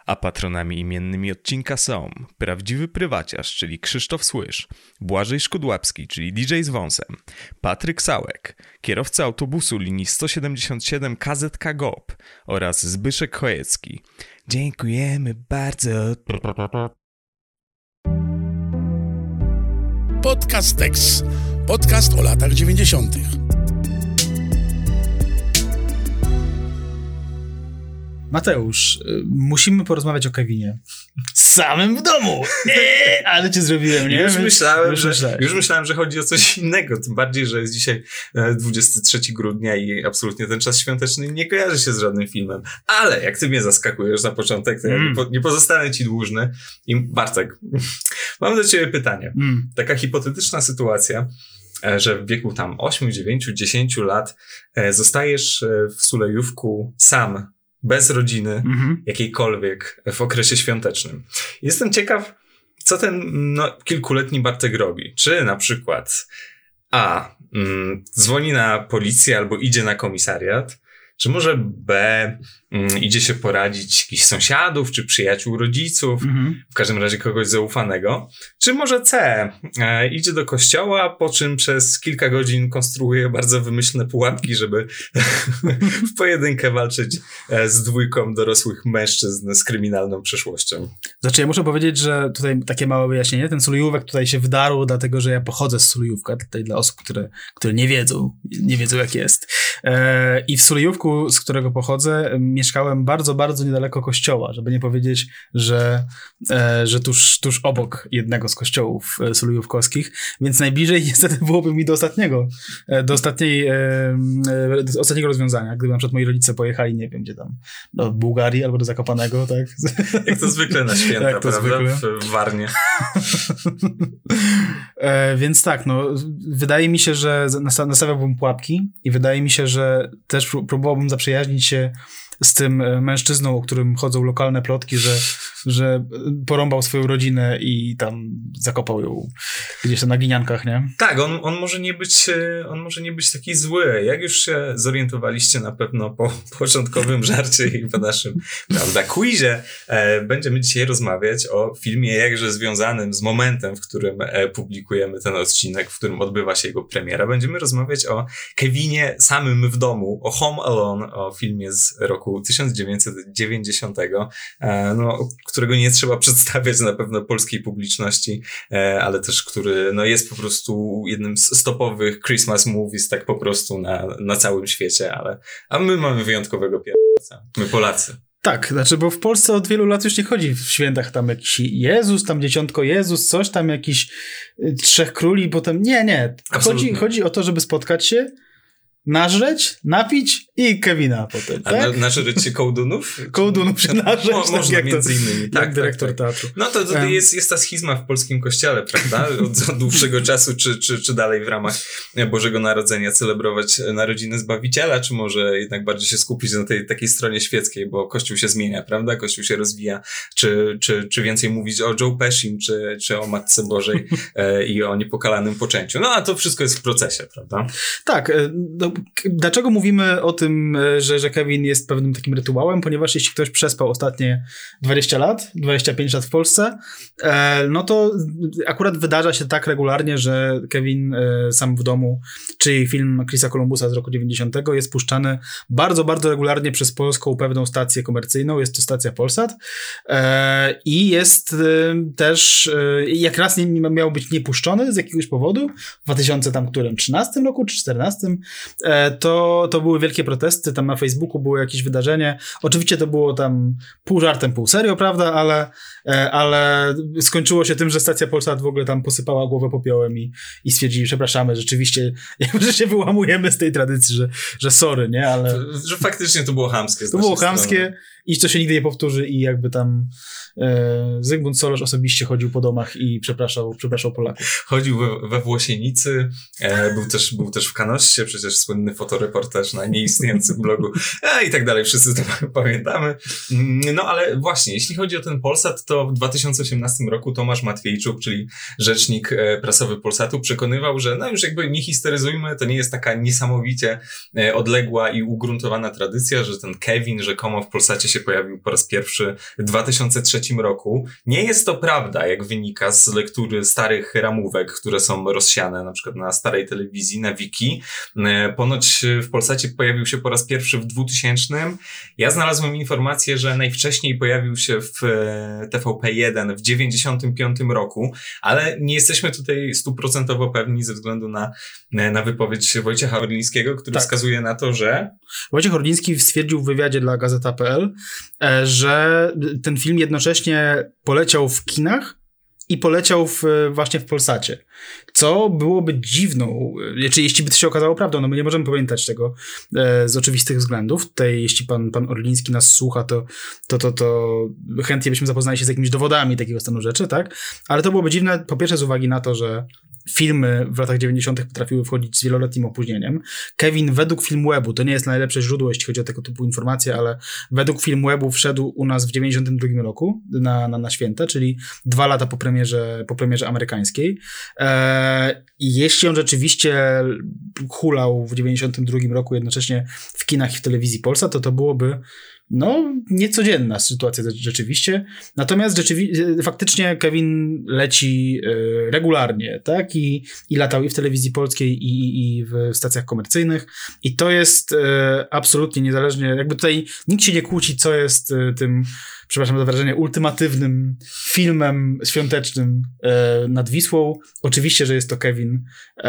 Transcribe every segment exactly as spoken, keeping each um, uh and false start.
A patronami imiennymi odcinka są prawdziwy prywaciarz, czyli Krzysztof Słysz, Błażej Szkudłapski, czyli D J z wąsem, Patryk Sałek, kierowca autobusu linii sto siedemdziesiąt siedem K Z K G O P oraz Zbyszek Chojecki. Dziękujemy bardzo. Podcast Tex. Podcast o latach dziewięćdziesiątych. Mateusz, musimy porozmawiać o Kevinie. Samym w domu! Eee, ale cię zrobiłem, nie? Już myślałem, już, że, już myślałem, że chodzi o coś innego. Tym bardziej, że jest dzisiaj dwudziestego trzeciego grudnia i absolutnie ten czas świąteczny nie kojarzy się z żadnym filmem. Ale jak ty mnie zaskakujesz na początek, to mm. ja nie, po, nie pozostanę ci dłużny. I Bartek, mam do ciebie pytanie. Mm. Taka hipotetyczna sytuacja, że w wieku tam ośmiu, dziewięciu, dziesięciu lat zostajesz w Sulejówku sam, bez rodziny, mm-hmm. jakiejkolwiek w okresie świątecznym. Jestem ciekaw, co ten no, kilkuletni Bartek robi. Czy na przykład A. Mm, dzwoni na policję albo idzie na komisariat, czy może B. Mm, idzie się poradzić jakichś sąsiadów, czy przyjaciół rodziców, mm-hmm. w każdym razie kogoś zaufanego, czy może C. E, idzie do kościoła, po czym przez kilka godzin konstruuje bardzo wymyślne pułapki, żeby w pojedynkę walczyć z dwójką dorosłych mężczyzn z kryminalną przeszłością. Znaczy ja muszę powiedzieć, że tutaj takie małe wyjaśnienie, ten Sulejówek tutaj się wdarł, dlatego że ja pochodzę z Sulejówka, tutaj dla osób, które, które nie wiedzą, nie wiedzą jak jest. E, I w Sulejówku, z którego pochodzę, mieszkałem bardzo, bardzo niedaleko kościoła, żeby nie powiedzieć, że, e, że tuż, tuż obok jednego z kościołów e, sulejówkowskich, więc najbliżej niestety byłoby mi do ostatniego, e, do ostatniej, e, e, do ostatniego rozwiązania, gdyby na przykład moi rodzice pojechali, nie wiem gdzie tam, do Bułgarii albo do Zakopanego, tak? Jak to zwykle na święta, Jak to prawda? Zwykle. W Warnie. e, więc tak, no, wydaje mi się, że nastawiałbym pułapki i wydaje mi się, że też próbowałbym zaprzyjaźnić się z tym mężczyzną, o którym chodzą lokalne plotki, że, że porąbał swoją rodzinę i tam zakopał ją gdzieś tam na gliniankach, nie? Tak, on, on może nie być, on może nie być taki zły. Jak już się zorientowaliście na pewno po początkowym żarcie i po naszym, prawda, quizie, e, będziemy dzisiaj rozmawiać o filmie jakże związanym z momentem, w którym e, publikujemy ten odcinek, w którym odbywa się jego premiera. Będziemy rozmawiać o Kevinie samym w domu, o Home Alone, o filmie z roku tysiąc dziewięćset dziewięćdziesiątego, no, którego nie trzeba przedstawiać na pewno polskiej publiczności, ale też który no, jest po prostu jednym z stopowych Christmas movies, tak po prostu na, na całym świecie, ale a my mamy wyjątkowego pierwsza, my Polacy. Tak, znaczy, bo w Polsce od wielu lat już nie chodzi w świętach tam jakiś Jezus, tam dzieciątko Jezus, coś tam, jakiś y, trzech króli, potem nie, nie. Chodzi, chodzi o to, żeby spotkać się, nażreć, napić i Kevina potem, tak? A na, nażreć się kołdunów? Kołdunów się nażeć. Mo, można tak między to, innymi. Tak, jak dyrektor tak, tak. teatru. No to, to um. jest, jest ta schizma w polskim kościele, prawda? Od, od dłuższego czasu, czy, czy, czy dalej w ramach Bożego Narodzenia celebrować narodziny Zbawiciela, czy może jednak bardziej się skupić na tej takiej stronie świeckiej, bo Kościół się zmienia, prawda? Kościół się rozwija. Czy, czy, czy więcej mówić o Joe Pessim, czy, czy o Matce Bożej e, i o niepokalanym poczęciu. No a to wszystko jest w procesie, prawda? Tak. No, dlaczego mówimy o tym, że, że Kevin jest pewnym takim rytuałem? Ponieważ jeśli ktoś przespał ostatnie dwadzieścia lat, dwadzieścia pięć lat w Polsce, no to akurat wydarza się tak regularnie, że Kevin sam w domu, czyli film Chrisa Columbusa z roku dziewięćdziesiątego jest puszczany bardzo, bardzo regularnie przez polską pewną stację komercyjną. Jest to stacja Polsat i jest też, jak raz nie miał być niepuszczony z jakiegoś powodu, w dwa tysiące trzynastym roku czy czternastym, to, to były wielkie protesty, tam na Facebooku było jakieś wydarzenie, oczywiście to było tam pół żartem, pół serio, prawda, ale, ale skończyło się tym, że stacja Polsat w ogóle tam posypała głowę popiołem i, i stwierdzili, przepraszamy, rzeczywiście, że się wyłamujemy z tej tradycji, że, że sorry, nie, ale... To, że faktycznie to było chamskie. To było chamskie i to się nigdy nie powtórzy i jakby tam e, Zygmunt Solorz osobiście chodził po domach i przepraszał, przepraszał Polaków. Chodził we, we Włosienicy, e, był, też, był też w Kanoście, przecież słynny fotoreportaż na nieistniejącym blogu e, i tak dalej, wszyscy to pamiętamy. No ale właśnie, jeśli chodzi o ten Polsat, to w dwa tysiące osiemnastym roku Tomasz Matwiejczuk, czyli rzecznik e, prasowy Polsatu, przekonywał, że no już jakby nie histeryzujmy, to nie jest taka niesamowicie e, odległa i ugruntowana tradycja, że ten Kevin rzekomo w Polsacie się pojawił po raz pierwszy w dwa tysiące trzecim roku. Nie jest to prawda, jak wynika z lektury starych ramówek, które są rozsiane na przykład na starej telewizji, na Wiki. Ponoć w Polsacie pojawił się po raz pierwszy w dwutysięcznym. Ja znalazłem informację, że najwcześniej pojawił się w T V P jeden w dziewięćdziesiątym piątym roku, ale nie jesteśmy tutaj stuprocentowo pewni ze względu na, na wypowiedź Wojciecha Orlińskiego, który tak. wskazuje na to, że... Wojciech Orliński stwierdził w wywiadzie dla Gazeta kropka pe el, że ten film jednocześnie poleciał w kinach i poleciał w, właśnie w Polsacie. Co byłoby dziwną, czy jeśli by to się okazało prawdą, no my nie możemy pamiętać tego e, z oczywistych względów. Tutaj jeśli pan, pan Orliński nas słucha, to, to, to, to chętnie byśmy zapoznali się z jakimiś dowodami takiego stanu rzeczy, tak? Ale to byłoby dziwne, po pierwsze z uwagi na to, że filmy w latach dziewięćdziesiątych potrafiły wchodzić z wieloletnim opóźnieniem. Kevin według Filmwebu, to nie jest najlepsze źródło, jeśli chodzi o tego typu informacje, ale według Filmwebu wszedł u nas w dziewięćdziesiątym drugim roku na, na, na święta, czyli dwa lata po premierze, po premierze amerykańskiej. Eee, I jeśli on rzeczywiście hulał w dziewięćdziesiątym drugim roku jednocześnie w kinach i w telewizji Polsat, to to byłoby no, niecodzienna sytuacja rzeczywiście. Natomiast rzeczywi- faktycznie Kevin leci y, regularnie, tak? I, i latał i w telewizji polskiej, i, i w stacjach komercyjnych. I to jest y, absolutnie niezależnie, jakby tutaj nikt się nie kłóci, co jest y, tym, przepraszam za wrażenie, ultimatywnym filmem świątecznym y, nad Wisłą. Oczywiście, że jest to Kevin y,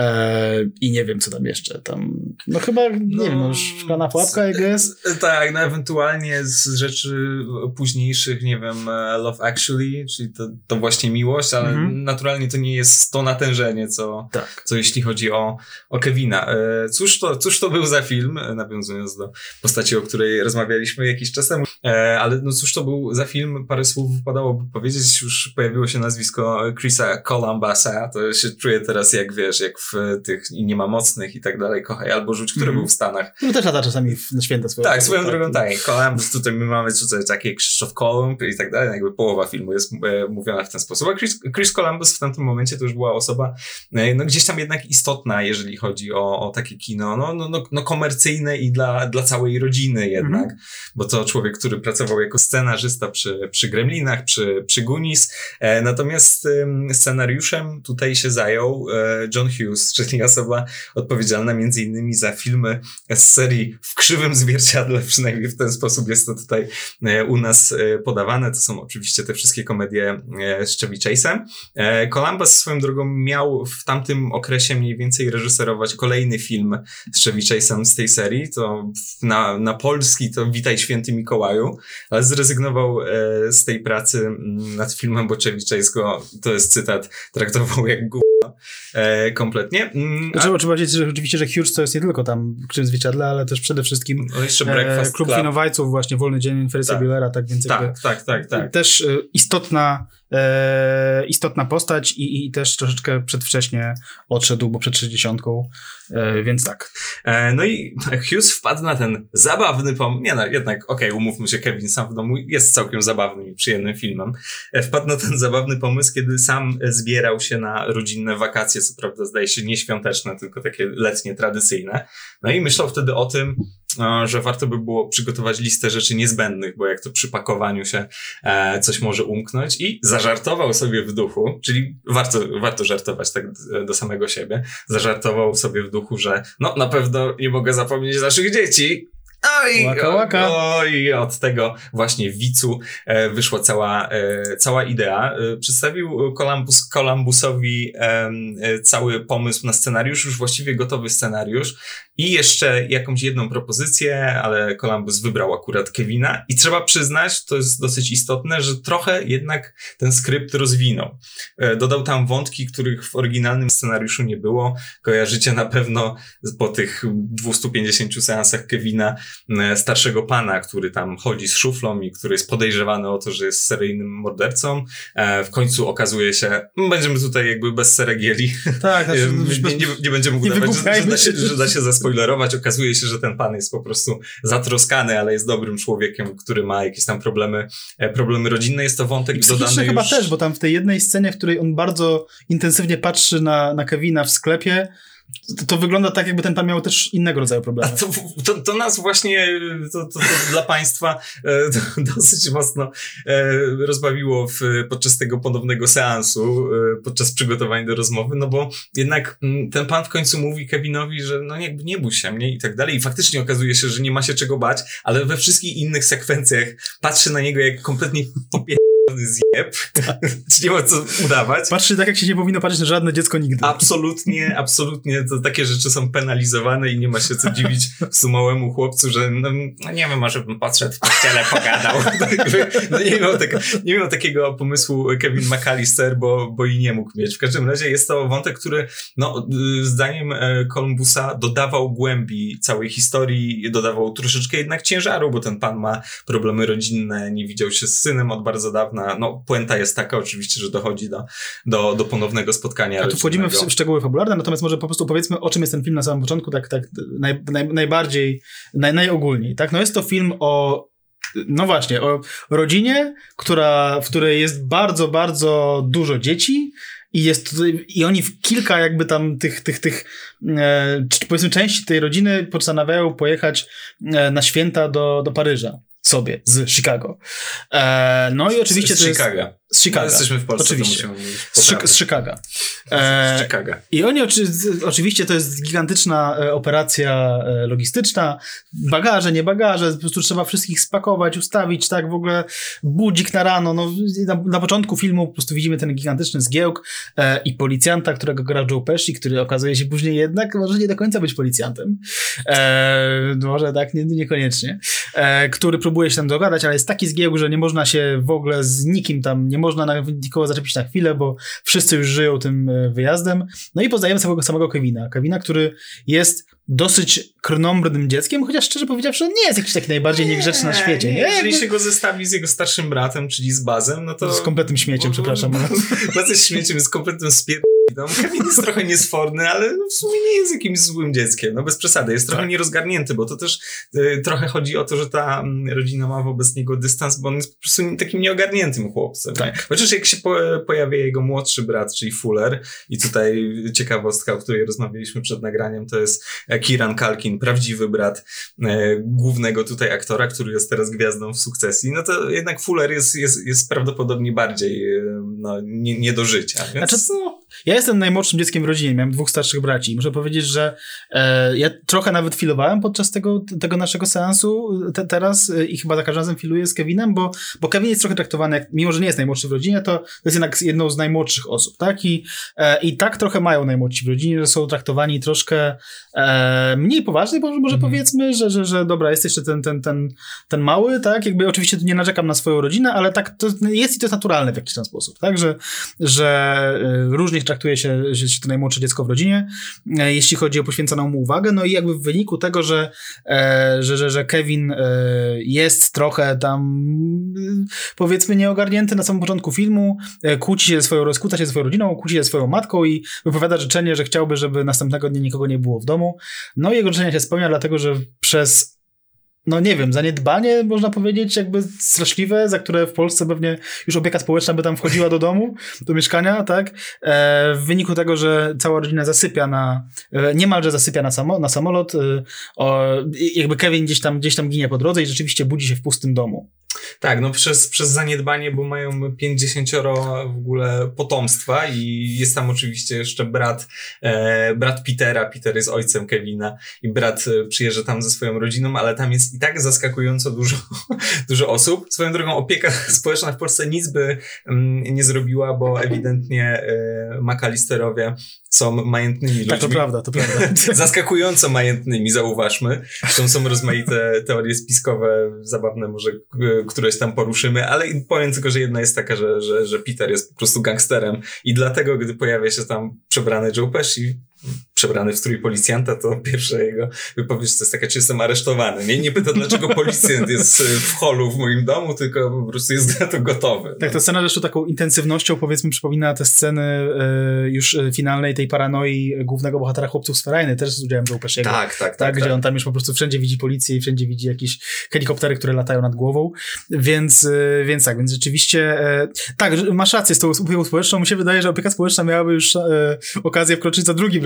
i nie wiem, co tam jeszcze. Tam, no chyba, nie no, wiem, no, Szklana pułapka, I guess. Tak, no ewentualnie z rzeczy późniejszych, nie wiem, Love Actually, czyli to, to właśnie miłość, ale mhm. naturalnie to nie jest to natężenie, co, tak. co jeśli chodzi o, o Kevina. E, cóż, to, cóż to był za film, nawiązując do postaci, o której rozmawialiśmy jakiś czas temu, e, ale no cóż to był za film, parę słów wypadałoby powiedzieć, już pojawiło się nazwisko Chrisa Columbasa, to się czuję teraz jak, wiesz, jak w tych I nie ma mocnych i tak dalej, Kochaj albo Rzuć, który mhm. był w Stanach. No też lata czasami na święta swoją. Tak, swoją drogą, tak. Columbus, tutaj my mamy tutaj takie Krzysztof Kolumb i tak dalej, jakby połowa filmu jest e, mówiona w ten sposób. A Chris, Chris Columbus w tamtym momencie to już była osoba e, no gdzieś tam jednak istotna, jeżeli chodzi o, o takie kino, no, no, no, no komercyjne i dla, dla całej rodziny jednak, mm. bo to człowiek, który pracował jako scenarzysta przy, przy Gremlinach, przy, przy Goonies, e, natomiast e, scenariuszem tutaj się zajął e, John Hughes, czyli osoba odpowiedzialna między innymi za filmy z serii W krzywym zwierciadle, przynajmniej w ten sposób jest to tutaj u nas podawane. To są oczywiście te wszystkie komedie z Chevy Chase'em. Columbus swoją drogą miał w tamtym okresie mniej więcej reżyserować kolejny film z Chevy Chase'em z tej serii. To na, na polski to Witaj Święty Mikołaju, ale zrezygnował z tej pracy nad filmem, bo Chevy Chase go, to jest cytat, traktował jak gówno e, kompletnie. A... Trzeba, trzeba powiedzieć, że oczywiście, że Hughes to jest nie tylko tam w Krzywym zwierciadle, ale też przede wszystkim no jeszcze Breakfast e, Klub Winowajców, właśnie Wolny Dzień Ferrysa tak. Buellera, tak więc tak, jakby, tak, tak, tak. też e, istotna e, istotna postać i, i też troszeczkę przedwcześnie odszedł, bo przed sześćdziesiątką, e, więc tak. E, no i Hughes wpadł na ten zabawny pomysł, nie no, jednak okej, okay, umówmy się, Kevin sam w domu jest całkiem zabawnym i przyjemnym filmem. E, wpadł na ten zabawny pomysł, kiedy sam zbierał się na rodzinne wakacje, co prawda zdaje się nie świąteczne, tylko takie letnie, tradycyjne. No i myślał wtedy o tym, że warto by było przygotować listę rzeczy niezbędnych, bo jak to przy pakowaniu się e, coś może umknąć i zażartował sobie w duchu, czyli warto, warto żartować tak do samego siebie, zażartował sobie w duchu, że no na pewno nie mogę zapomnieć naszych dzieci. Oj, łaka, łaka. Oj, od tego właśnie wicu e, wyszła cała, e, cała idea. E, przedstawił Columbus, Columbusowi e, e, cały pomysł na scenariusz, już właściwie gotowy scenariusz i jeszcze jakąś jedną propozycję, ale Columbus wybrał akurat Kevina i trzeba przyznać, to jest dosyć istotne, że trochę jednak ten skrypt rozwinął. E, dodał tam wątki, których w oryginalnym scenariuszu nie było. Kojarzycie na pewno po tych dwustu pięćdziesięciu seansach Kevina starszego pana, który tam chodzi z szuflą i który jest podejrzewany o to, że jest seryjnym mordercą. E, w końcu okazuje się, będziemy tutaj jakby bez seregieli. Tak, znaczy, nie, nie, nie będziemy mu dawać, że, że, da się, że da się zaspoilerować. Okazuje się, że ten pan jest po prostu zatroskany, ale jest dobrym człowiekiem, który ma jakieś tam problemy, e, problemy rodzinne. Jest to wątek dodany chyba już... też, bo tam w tej jednej scenie, w której on bardzo intensywnie patrzy na, na Kevina w sklepie, to, to wygląda tak, jakby ten pan miał też innego rodzaju problemy. A to, to, to nas właśnie, to, to, to dla państwa e, to dosyć mocno e, rozbawiło w, podczas tego ponownego seansu, e, podczas przygotowań do rozmowy, no bo jednak m, ten pan w końcu mówi Kevinowi, że no jakby nie bój się mnie i tak dalej i faktycznie okazuje się, że nie ma się czego bać, ale we wszystkich innych sekwencjach patrzy na niego jak kompletnie popie... zjeb, czy nie ma co udawać. Patrzy tak, jak się nie powinno patrzeć na żadne dziecko nigdy. Absolutnie, absolutnie, to takie rzeczy są penalizowane i nie ma się co dziwić małemu chłopcu, że no, no nie wiem, może bym podszedł w kościele, pogadał. No nie miał, tak, nie miał takiego pomysłu Kevin McAllister, bo, bo i nie mógł mieć. W każdym razie jest to wątek, który no, zdaniem Columbusa dodawał głębi całej historii, dodawał troszeczkę jednak ciężaru, bo ten pan ma problemy rodzinne, nie widział się z synem od bardzo dawna. No, puenta jest taka oczywiście, że dochodzi do, do, do ponownego spotkania. A tu wchodzimy w, w szczegóły fabularne, natomiast może po prostu powiedzmy, o czym jest ten film na samym początku, tak, tak naj, naj, najbardziej, naj, najogólniej, tak? No jest to film o, no właśnie, o rodzinie, która, w której jest bardzo, bardzo dużo dzieci, i jest i oni w kilka jakby tam tych, tych, tych e, czy powiedzmy części tej rodziny postanawiają pojechać e, na święta do, do Paryża. Sobie, z Chicago. E, no i oczywiście z, to z jest... Chicago. Z Chicago. No, jesteśmy w Polsce, oczywiście. To musimy z, Chi- z Chicago. E, z Chicago. I oni oczy- oczywiście to jest gigantyczna e, operacja e, logistyczna. Bagaże, nie bagaże, po prostu trzeba wszystkich spakować, ustawić, tak, w ogóle budzik na rano. No, na, na początku filmu po prostu widzimy ten gigantyczny zgiełk e, i policjanta, którego gra Joe Pesci, który okazuje się później jednak może nie do końca być policjantem. E, może tak, nie, niekoniecznie. E, który próbuje się tam dogadać, ale jest taki zgiełk, że nie można się w ogóle z nikim tam, nie można na, nikogo zaczepić na chwilę, bo wszyscy już żyją tym wyjazdem. No i poznajemy samego, samego Kevina. Kevina, który jest dosyć krnąbrnym dzieckiem, chociaż szczerze powiedziawszy, nie jest jakiś taki najbardziej niegrzeczny na świecie. Nie, nie? Jeżeli jakby... się go zestawi z jego starszym bratem, czyli z Bazem, no to... Z kompletnym śmieciem, bo, przepraszam. Baz jest śmieciem, jest kompletnym spier... No, Kevin jest trochę niesforny, ale w sumie nie jest jakimś złym dzieckiem, no bez przesady, jest trochę tak. nierozgarnięty, bo to też y, trochę chodzi o to, że ta y, rodzina ma wobec niego dystans, bo on jest po prostu takim nieogarniętym chłopcem. Tak. Chociaż jak się po, pojawia jego młodszy brat, czyli Fuller, i tutaj ciekawostka, o której rozmawialiśmy przed nagraniem, to jest Kieran Culkin, prawdziwy brat y, głównego tutaj aktora, który jest teraz gwiazdą w Sukcesji, no to jednak Fuller jest, jest, jest prawdopodobnie bardziej y, no, nie, nie do życia. Więc... Znaczy, no, ja jestem najmłodszym dzieckiem w rodzinie, miałem dwóch starszych braci. Muszę powiedzieć, że e, ja trochę nawet filowałem podczas tego, tego naszego seansu te, teraz e, i chyba za każdym razem filuję z Kevinem, bo, bo Kevin jest trochę traktowany, jak, mimo że nie jest najmłodszy w rodzinie, to, to jest jednak jedną z najmłodszych osób, tak? I, e, i tak trochę mają najmłodsi w rodzinie, że są traktowani troszkę e, mniej poważnie, bo może mm. powiedzmy, że, że, że dobra, jest jeszcze ten, ten, ten, ten mały, tak? Jakby oczywiście tu nie narzekam na swoją rodzinę, ale tak to jest i to jest naturalne w jakiś tam sposób, tak? Że, że e, różnie traktuje się, się to najmłodsze dziecko w rodzinie, e, jeśli chodzi o poświęconą mu uwagę, no i jakby w wyniku tego, że, e, że, że, że Kevin e, jest trochę tam e, powiedzmy nieogarnięty na samym początku filmu, e, kłóci się ze swoją, rozkłóca się ze swoją rodziną, kłóci się ze swoją matką i wypowiada życzenie, że chciałby, żeby następnego dnia nikogo nie było w domu. No i jego życzenie się spełnia, dlatego, że przez no nie wiem, zaniedbanie, można powiedzieć, jakby straszliwe, za które w Polsce pewnie już opieka społeczna by tam wchodziła do domu, do mieszkania, tak? E, w wyniku tego, że cała rodzina zasypia na, e, niemalże zasypia na, samo, na samolot, e, o, jakby Kevin gdzieś tam, gdzieś tam ginie po drodze i rzeczywiście budzi się w pustym domu. Tak, no przez, przez zaniedbanie, bo mają pięćdziesięcioro w ogóle potomstwa i jest tam oczywiście jeszcze brat, e, brat Petera, Peter jest ojcem Kevina i brat przyjeżdża tam ze swoją rodziną, ale tam jest i tak zaskakująco dużo, dużo osób. Swoją drogą opieka społeczna w Polsce nic by mm, nie zrobiła, bo ewidentnie e, McAllisterowie są majętnymi ludźmi. Tak, to prawda, to prawda. Zaskakująco majętnymi, zauważmy. Zresztą są rozmaite teorie spiskowe, zabawne może, któreś tam poruszymy, ale powiem tylko, że jedna jest taka, że, że, że Peter jest po prostu gangsterem i dlatego, gdy pojawia się tam przebrany Joe Pesci, przebrany w strój policjanta, to pierwsza jego wypowiedź to jest taka, czy jestem aresztowany. Nie, nie pyta, dlaczego policjant jest w holu w moim domu, tylko po prostu jest na to gotowy. No. Tak, ta scena zresztą taką intensywnością, powiedzmy, przypomina te sceny y, już finalnej tej paranoi głównego bohatera Chłopców z Ferajny, też z udziałem Joe Pesciego. Tak, tak, tak, tak. Gdzie tak. on tam już po prostu wszędzie widzi policję i wszędzie widzi jakieś helikoptery, które latają nad głową, więc, y, więc tak, więc rzeczywiście y, tak, masz rację z tą opieką społeczną, mi się wydaje, że opieka społeczna miałaby już y, okazję wkroczyć za drugim razem, w sensie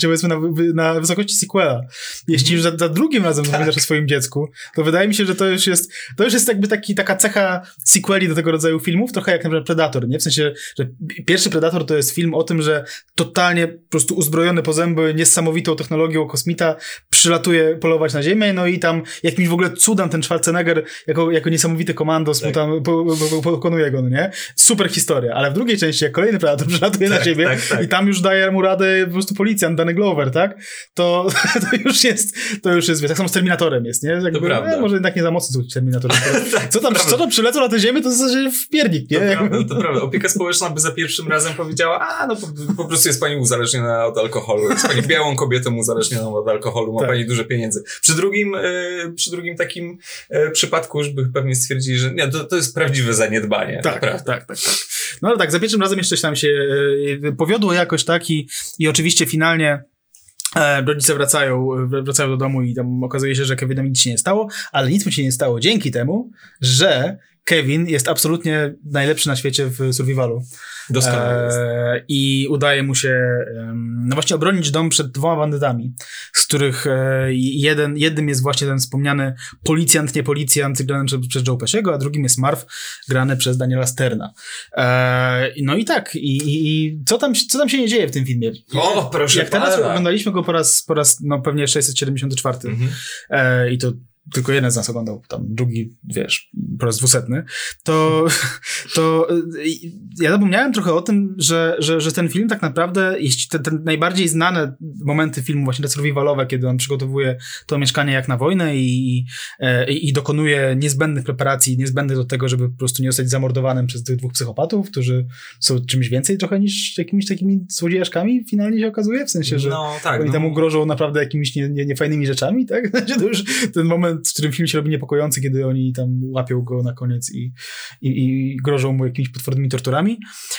jesteście powiedzmy na, na wysokości sequela. Jeśli już za, za drugim razem opowiadasz o swoim dziecku, to wydaje mi się, że to już jest, to już jest jakby taki, taka cecha sequeli do tego rodzaju filmów, trochę jak na przykład Predator, nie? W sensie, że pierwszy Predator to jest film o tym, że totalnie po prostu uzbrojony po zęby niesamowitą technologią kosmita przylatuje polować na Ziemię, no i tam jakimś w ogóle cudem ten Schwarzenegger jako, jako niesamowity komandos tak. mu tam po, po, po, pokonuje go, no nie? Super historia, ale w drugiej części, jak kolejny Predator przylatuje tak, na Ziemię tak, tak. i tam już daje mu radę po prostu policjant Danny Glover, tak? To, to już jest, to już jest, tak samo z Terminatorem jest, nie? Jakby, e, może jednak nie za mocno z Terminatorem. tak, co tam, co tam przylecą na tę Ziemię, to w zasadzie w piernik, nie? To prawda, to prawda. Opieka społeczna by za pierwszym razem powiedziała, a no po, po prostu jest pani uzależniona od alkoholu, jest pani białą kobietą uzależnioną od alkoholu, ma tak. pani dużo pieniędzy. Przy drugim, y, przy drugim takim y, przypadku już by pewnie stwierdzili, że nie, to, to jest prawdziwe zaniedbanie. Tak, tak, tak, tak, tak. No ale tak, za pierwszym razem jeszcze tam się y, powiodło jakoś tak i, i oczywiście finalnie E, rodzice wracają, wracają do domu i tam okazuje się, że Kevinowi nic się nie stało, ale nic mu się nie stało dzięki temu, że Kevin jest absolutnie najlepszy na świecie w survivalu. Doskonale e, I udaje mu się um, no właśnie obronić dom przed dwoma bandytami, z których e, jeden, jednym jest właśnie ten wspomniany policjant, nie policjant grany przez, przez Joe Pesciego, a drugim jest Marv grany przez Daniela Sterna. E, no i tak, i, i, i co, tam, co tam się nie dzieje w tym filmie? O, proszę Jak teraz pana. oglądaliśmy go po raz, po raz no pewnie sześćset siedemdziesiąty czwarty mhm. e, i to tylko jeden z nas oglądał, tam drugi, wiesz, po raz dwusetny, to, to ja zapomniałem trochę o tym, że, że, że ten film tak naprawdę, jeśli te, te najbardziej znane momenty filmu, właśnie te survivalowe, kiedy on przygotowuje to mieszkanie jak na wojnę i, i, i dokonuje niezbędnych preparacji, niezbędnych do tego, żeby po prostu nie zostać zamordowanym przez tych dwóch psychopatów, którzy są czymś więcej trochę niż jakimiś takimi złodziejaszkami finalnie się okazuje, w sensie, że no, tak, oni no. tam grożą naprawdę jakimiś nie, nie, niefajnymi rzeczami, tak? To już ten moment, w którym film się robi niepokojący, kiedy oni tam łapią go na koniec i, i, i grożą mu jakimiś potwornymi torturami,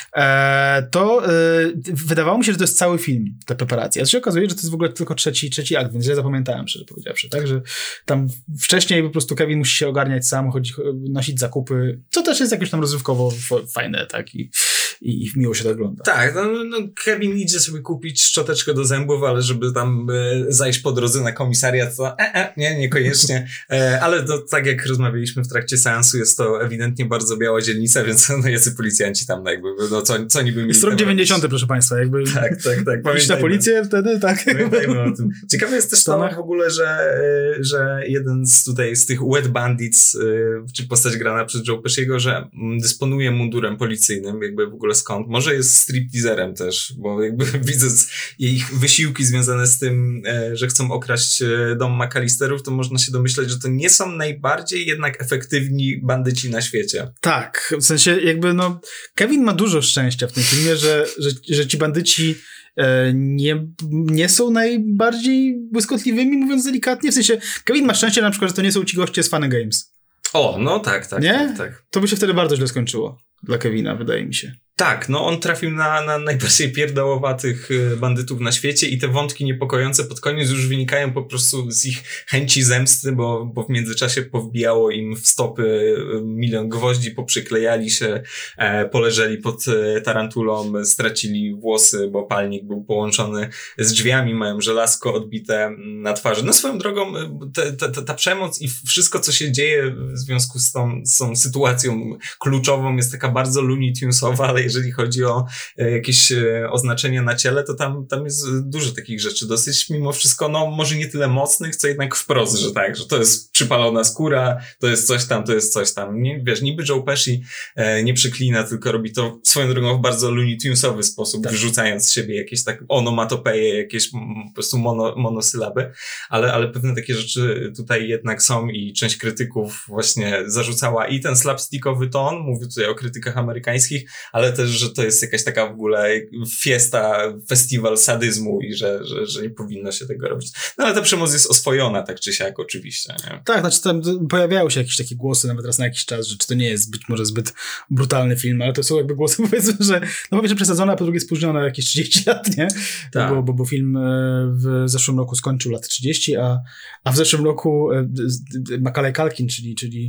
e, to e, wydawało mi się, że to jest cały film, ta preparacja. A się okazuje, że to jest w ogóle tylko trzeci, trzeci akt, więc źle zapamiętałem, szczerze powiedziawszy, tak, że tam wcześniej po prostu Kevin musi się ogarniać sam, chodzić, nosić zakupy, co też jest jakoś tam rozrywkowo fajne, tak, i, i miło się to ogląda. Tak, no, no Kevin idzie sobie kupić szczoteczkę do zębów, ale żeby tam e, zajść po drodze na komisariat, to e, e, nie, niekoniecznie. E, ale to, tak jak rozmawialiśmy w trakcie seansu, jest to ewidentnie bardzo biała dzielnica, więc no jacy policjanci tam jakby, no co, co niby mieli... Jest rok dziewięćdziesiąty, proszę państwa, jakby... Tak, tak, tak. Iść na policję wtedy, tak. Pamiętajmy o tym. Ciekawe jest też to w ogóle, że, że jeden z tutaj, z tych Wet Bandits, czy postać grana przez Joe Pesciego, że dysponuje mundurem policyjnym, jakby w ogóle skąd. Może jest stripteaserem też, bo jakby widzę ich wysiłki związane z tym, że chcą okraść dom McAllisterów, to można się domyśleć, że to nie są najbardziej jednak efektywni bandyci na świecie. Tak, w sensie jakby no Kevin ma dużo szczęścia w tym filmie, że, że, że ci bandyci e, nie, nie są najbardziej błyskotliwymi, mówiąc delikatnie, w sensie Kevin ma szczęście na przykład, że to nie są ci goście z Fun Games. O, no tak, tak. Nie? Tak, tak. To by się wtedy bardzo źle skończyło dla Kevina, wydaje mi się. Tak, no on trafił na, na najbardziej pierdałowatych bandytów na świecie i te wątki niepokojące pod koniec już wynikają po prostu z ich chęci zemsty, bo, bo w międzyczasie powbijało im w stopy milion gwoździ, poprzyklejali się, e, poleżeli pod tarantulą, stracili włosy, bo palnik był połączony z drzwiami, mają żelazko odbite na twarzy. No swoją drogą te, te, te, ta przemoc i wszystko, co się dzieje w związku z tą, z tą sytuacją kluczową jest taka bardzo Looney Tunesowa, ale jeżeli chodzi o e, jakieś e, oznaczenia na ciele, to tam, tam jest dużo takich rzeczy. Dosyć mimo wszystko, no może nie tyle mocnych, co jednak wprost, że tak, że to jest przypalona skóra, to jest coś tam, to jest coś tam. Nie, wiesz, niby Joe Pesci e, nie przyklina, tylko robi to swoją drogą w bardzo Looney Tunesowy sposób, tak. Wyrzucając z siebie jakieś tak onomatopeje, jakieś m, po prostu mono, monosylaby, ale, ale pewne takie rzeczy tutaj jednak są i część krytyków właśnie zarzucała i ten slapstickowy ton, mówię tutaj o krytykach amerykańskich, ale też, że to jest jakaś taka w ogóle fiesta, festiwal sadyzmu i że, że, że nie powinno się tego robić. No ale ta przemoc jest oswojona tak czy siak oczywiście, nie? Tak, znaczy tam pojawiały się jakieś takie głosy nawet raz na jakiś czas, że czy to nie jest być może zbyt brutalny film, ale to są jakby głosy powiedzmy, że no po pierwsze przesadzone, a po drugie spóźnione jakieś trzydzieści lat, nie? Tak. Bo, bo, bo film w zeszłym roku skończył lat trzydzieści, a, a w zeszłym roku Macaulay Culkin, czyli, czyli,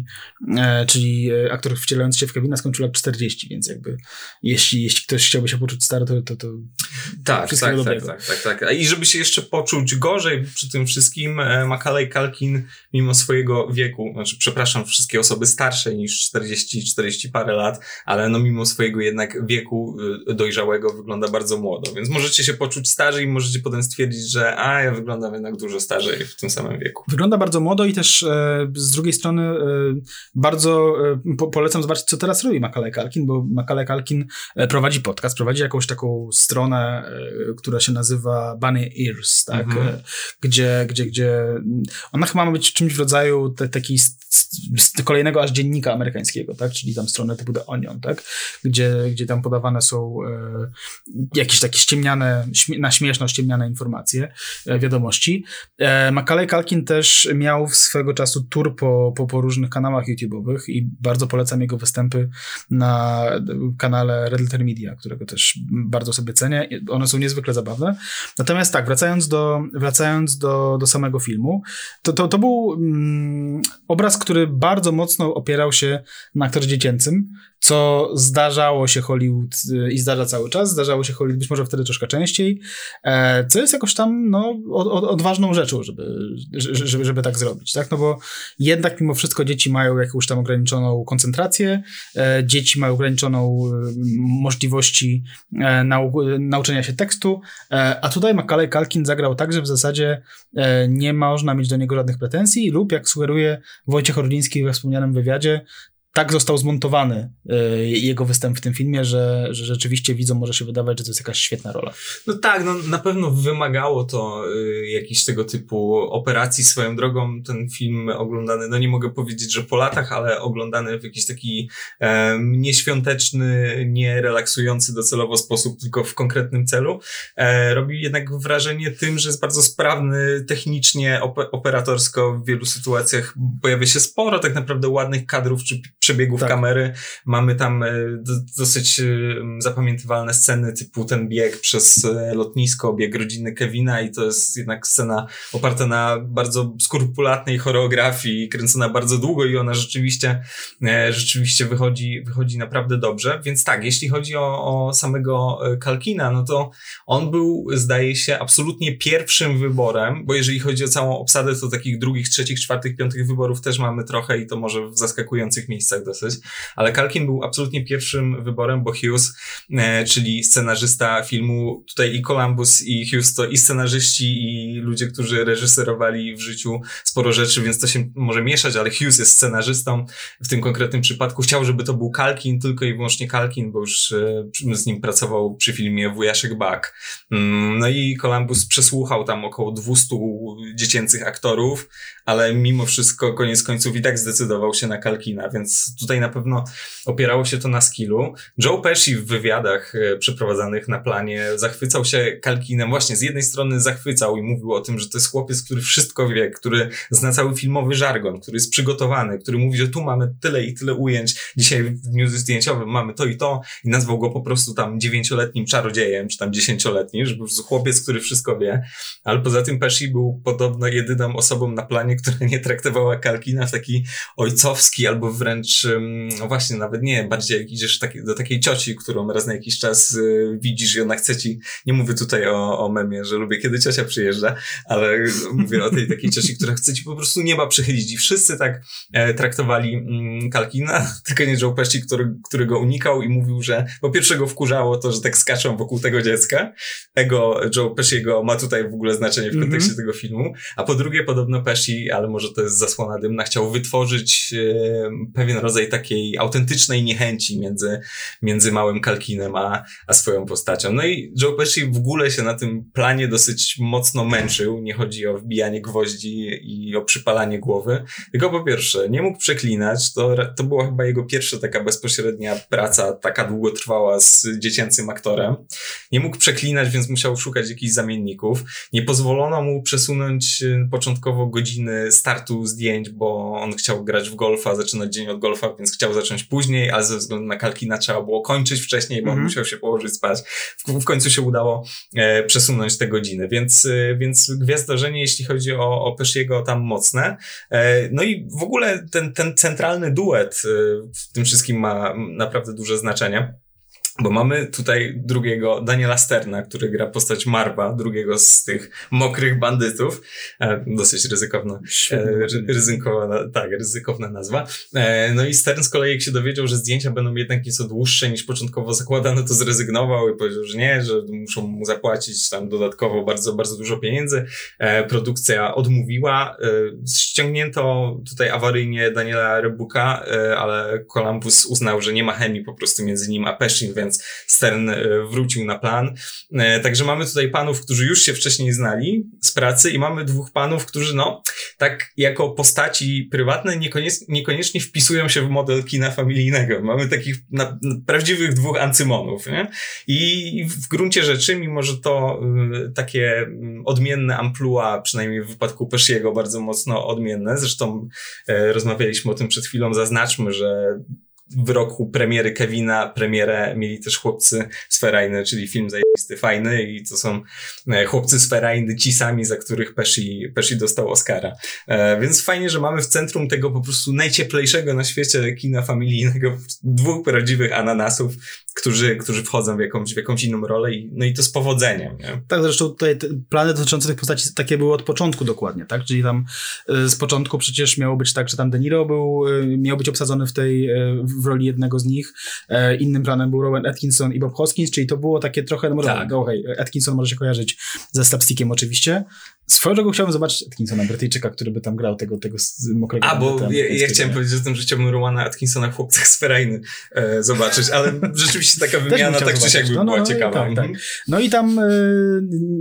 czyli aktor wcielający się w Kevina skończył lat czterdzieści, więc jakby jeśli, jeśli ktoś chciałby się poczuć stary, to, to, to Tak, tak, tak, tak, tak, tak. I żeby się jeszcze poczuć gorzej przy tym wszystkim, Macaulay Culkin mimo swojego wieku, znaczy przepraszam, wszystkie osoby starsze niż czterdzieści, czterdzieści parę lat, ale no mimo swojego jednak wieku dojrzałego wygląda bardzo młodo, więc możecie się poczuć starzy i możecie potem stwierdzić, że a ja wyglądam jednak dużo starzej w tym samym wieku. Wygląda bardzo młodo i też e, z drugiej strony e, bardzo e, po, polecam zobaczyć, co teraz robi Macaulay Culkin, bo Macaulay Culkin e, prowadzi podcast, prowadzi jakąś taką stronę, e, która się nazywa Bunny Ears, tak? Mhm. E, gdzie, gdzie, gdzie ona chyba ma być czymś w rodzaju te, takiej z, z kolejnego aż dziennika amerykańskiego, tak? Czyli tam stronę typu The Onion, tak? Gdzie, gdzie tam podawane są e, jakieś takie ściemniane, śmie- na śmieszno ściemniane informacje, e, wiadomości. E, Macaulay Culkin też miał swego czasu tour po, po, po różnych kanałach YouTube'owych i bardzo polecam jego występy na kanale Red Letter Media, którego też bardzo sobie cenię. One są niezwykle zabawne. Natomiast tak, wracając do, wracając do, do samego filmu, to, to, to był mm, obraz, który bardzo mocno opierał się na aktorze dziecięcym, co zdarzało się Hollywood i zdarza cały czas, zdarzało się Hollywood być może wtedy troszkę częściej, co jest jakoś tam no, od, od, odważną rzeczą, żeby, żeby, żeby tak zrobić, tak? No bo jednak mimo wszystko dzieci mają jakąś tam ograniczoną koncentrację, dzieci mają ograniczoną możliwości nau- nauczenia się tekstu, a tutaj Macaulay Culkin zagrał tak, że w zasadzie nie można mieć do niego żadnych pretensji lub jak sugeruje Wojciech Orliński we wspomnianym wywiadzie, tak został zmontowany y, jego występ w tym filmie, że, że rzeczywiście widzom może się wydawać, że to jest jakaś świetna rola. No tak, no na pewno wymagało to y, jakichś tego typu operacji. Swoją drogą ten film oglądany, no nie mogę powiedzieć, że po latach, ale oglądany w jakiś taki e, nieświąteczny, nie relaksujący docelowo sposób, tylko w konkretnym celu, e, robi jednak wrażenie tym, że jest bardzo sprawny technicznie, op- operatorsko w wielu sytuacjach. Pojawia się sporo tak naprawdę ładnych kadrów, czy przebiegów tak. kamery. Mamy tam d- dosyć zapamiętywalne sceny typu ten bieg przez lotnisko, bieg rodziny Kevina i to jest jednak scena oparta na bardzo skrupulatnej choreografii, kręcona bardzo długo i ona rzeczywiście rzeczywiście wychodzi, wychodzi naprawdę dobrze. Więc tak, jeśli chodzi o, o samego Culkina, no to on był, zdaje się, absolutnie pierwszym wyborem, bo jeżeli chodzi o całą obsadę, to takich drugich, trzecich, czwartych, piątych wyborów też mamy trochę i to może w zaskakujących miejscach dosyć, ale Culkin był absolutnie pierwszym wyborem, bo Hughes, e, czyli scenarzysta filmu, tutaj i Columbus i Hughes to i scenarzyści i ludzie, którzy reżyserowali w życiu sporo rzeczy, więc to się może mieszać, ale Hughes jest scenarzystą w tym konkretnym przypadku. Chciał, żeby to był Culkin, tylko i wyłącznie Culkin, bo już e, z nim pracował przy filmie Wujaszek Buck. Mm, no i Columbus przesłuchał tam około dwustu dziecięcych aktorów, ale mimo wszystko koniec końców i tak zdecydował się na Culkina, więc tutaj na pewno opierało się to na skillu. Joe Pesci w wywiadach e, przeprowadzanych na planie zachwycał się Culkinem. Właśnie z jednej strony zachwycał i mówił o tym, że to jest chłopiec, który wszystko wie, który zna cały filmowy żargon, który jest przygotowany, który mówi, że tu mamy tyle i tyle ujęć, dzisiaj w dniu zdjęciowym mamy to i to i nazwał go po prostu tam dziewięcioletnim czarodziejem, czy tam dziesięcioletnim, że był chłopiec, który wszystko wie, ale poza tym Pesci był podobno jedyną osobą na planie, która nie traktowała Culkina w taki ojcowski albo wręcz, no właśnie, nawet nie, bardziej jak idziesz taki, do takiej cioci, którą raz na jakiś czas y, widzisz i ona chce ci, nie mówię tutaj o, o memie, że lubię kiedy ciocia przyjeżdża, ale mówię o tej takiej cioci, która chce ci po prostu nieba przychylić i wszyscy tak e, traktowali mm, Culkina, tylko nie Joe Pesci, który, który go unikał i mówił, że po pierwsze go wkurzało to, że tak skaczą wokół tego dziecka, ego Joe Pesciego ma tutaj w ogóle znaczenie w kontekście mm-hmm. tego filmu, a po drugie podobno Pesci, ale może to jest zasłona dymna, chciał wytworzyć e, pewien rodzaj takiej autentycznej niechęci między, między małym Culkinem a, a swoją postacią. No i Joe Pesci w ogóle się na tym planie dosyć mocno męczył. Nie chodzi o wbijanie gwoździ i o przypalanie głowy. Tylko po pierwsze, nie mógł przeklinać. To, to była chyba jego pierwsza taka bezpośrednia praca, taka długotrwała z dziecięcym aktorem. Nie mógł przeklinać, więc musiał szukać jakichś zamienników. Nie pozwolono mu przesunąć początkowo godziny startu zdjęć, bo on chciał grać w golfa, zaczynać dzień od golfa, więc chciał zacząć później, ale ze względu na Culkina trzeba było kończyć wcześniej, bo on mm-hmm. musiał się położyć spać. W, w końcu się udało e, przesunąć te godziny, więc, e, więc gwiazdorzenie, jeśli chodzi o, o Pesciego, tam mocne. E, no i w ogóle ten, ten centralny duet e, w tym wszystkim ma naprawdę duże znaczenie. Bo mamy tutaj drugiego Daniela Sterna, który gra postać Marva, drugiego z tych mokrych bandytów. E, dosyć ryzykowna, e, ryzykowna, tak, ryzykowna nazwa. E, no i Stern z kolei, jak się dowiedział, że zdjęcia będą jednak nieco dłuższe niż początkowo zakładano, to zrezygnował i powiedział, że nie, że muszą mu zapłacić tam dodatkowo bardzo, bardzo dużo pieniędzy. E, produkcja odmówiła. E, ściągnięto tutaj awaryjnie Daniela Rebuka, e, ale Columbus uznał, że nie ma chemii po prostu między nim a Pesci, więc Stern wrócił na plan. Także mamy tutaj panów, którzy już się wcześniej znali z pracy i mamy dwóch panów, którzy no, tak jako postaci prywatne niekoniecznie, niekoniecznie wpisują się w model kina familijnego. Mamy takich na, na prawdziwych dwóch ancymonów, nie? I w gruncie rzeczy, mimo że to y, takie odmienne amplua, przynajmniej w wypadku Pesciego bardzo mocno odmienne, zresztą y, rozmawialiśmy o tym przed chwilą, zaznaczmy, że w roku premiery Kevina premierę mieli też chłopcy z Ferajny, czyli film zajebisty, fajny i to są chłopcy z Ferajny, ci sami, za których Pesci, Pesci dostał Oscara. E, więc fajnie, że mamy w centrum tego po prostu najcieplejszego na świecie kina familijnego dwóch prawdziwych ananasów, którzy, którzy wchodzą w jakąś, w jakąś inną rolę i, no i to z powodzeniem. Nie? Tak, zresztą tutaj te plany dotyczące tych postaci takie były od początku dokładnie, tak? Czyli tam y, z początku przecież miało być tak, że tam De Niro był, y, miał być obsadzony w tej, y, w roli jednego z nich. Y, innym planem był Rowan Atkinson i Bob Hoskins, czyli to było takie trochę, no może, tak. no, okay, Atkinson może się kojarzyć ze slapstickiem oczywiście. Swoją drogą chciałbym zobaczyć Atkinsona, Brytyjczyka, który by tam grał tego, tego mokrego. A, bo ten, ja, ja chciałem powiedzieć o tym, że chciałbym Rowana Atkinsona w Chłopcach z Ferajny e, zobaczyć, ale rzeczywiście taka wymiana tak czy siak by no, była no, ciekawa. Tak, tak. No i tam y,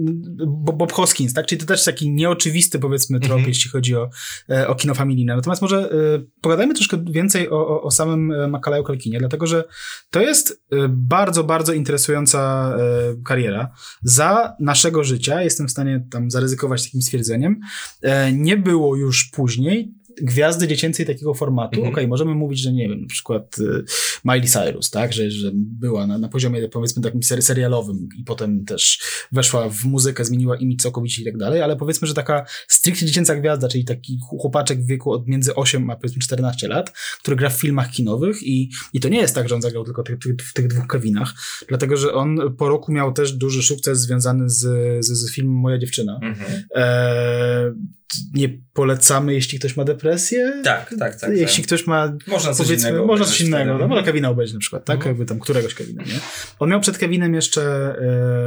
Bob Hoskins, tak? Czyli to też taki nieoczywisty, powiedzmy, trop, mm-hmm. jeśli chodzi o, o kino familijne. Natomiast może y, pogadajmy troszkę więcej o, o, o samym Macaulay'u Culkinie, dlatego że to jest y, bardzo, bardzo interesująca y, kariera. Za naszego życia, jestem w stanie tam zaryzykować takim stwierdzeniem, y, nie było już później gwiazdy dziecięcej takiego formatu. Mm-hmm. Okej, okay, możemy mówić, że nie wiem, na przykład y, Miley Cyrus, tak, że, że była na, na poziomie, powiedzmy, takim ser- serialowym i potem też weszła w muzykę, zmieniła imidż całkowicie i tak dalej, ale powiedzmy, że taka stricte dziecięca gwiazda, czyli taki chłopaczek w wieku od między osiem a powiedzmy czternaście lat, który gra w filmach kinowych i, i to nie jest tak, że on zagrał tylko tych, tych, w tych dwóch Kevinach, dlatego, że on po roku miał też duży sukces związany z, z, z filmem Moja dziewczyna. Mm-hmm. E- nie polecamy, jeśli ktoś ma depresję. Tak, tak, tak. Jeśli tak. ktoś ma, można coś innego. Można coś innego. No, można Kevina obejrzeć na przykład, tak? Mhm. Jakby tam któregoś Kevina, nie? On miał przed Kevinem jeszcze e,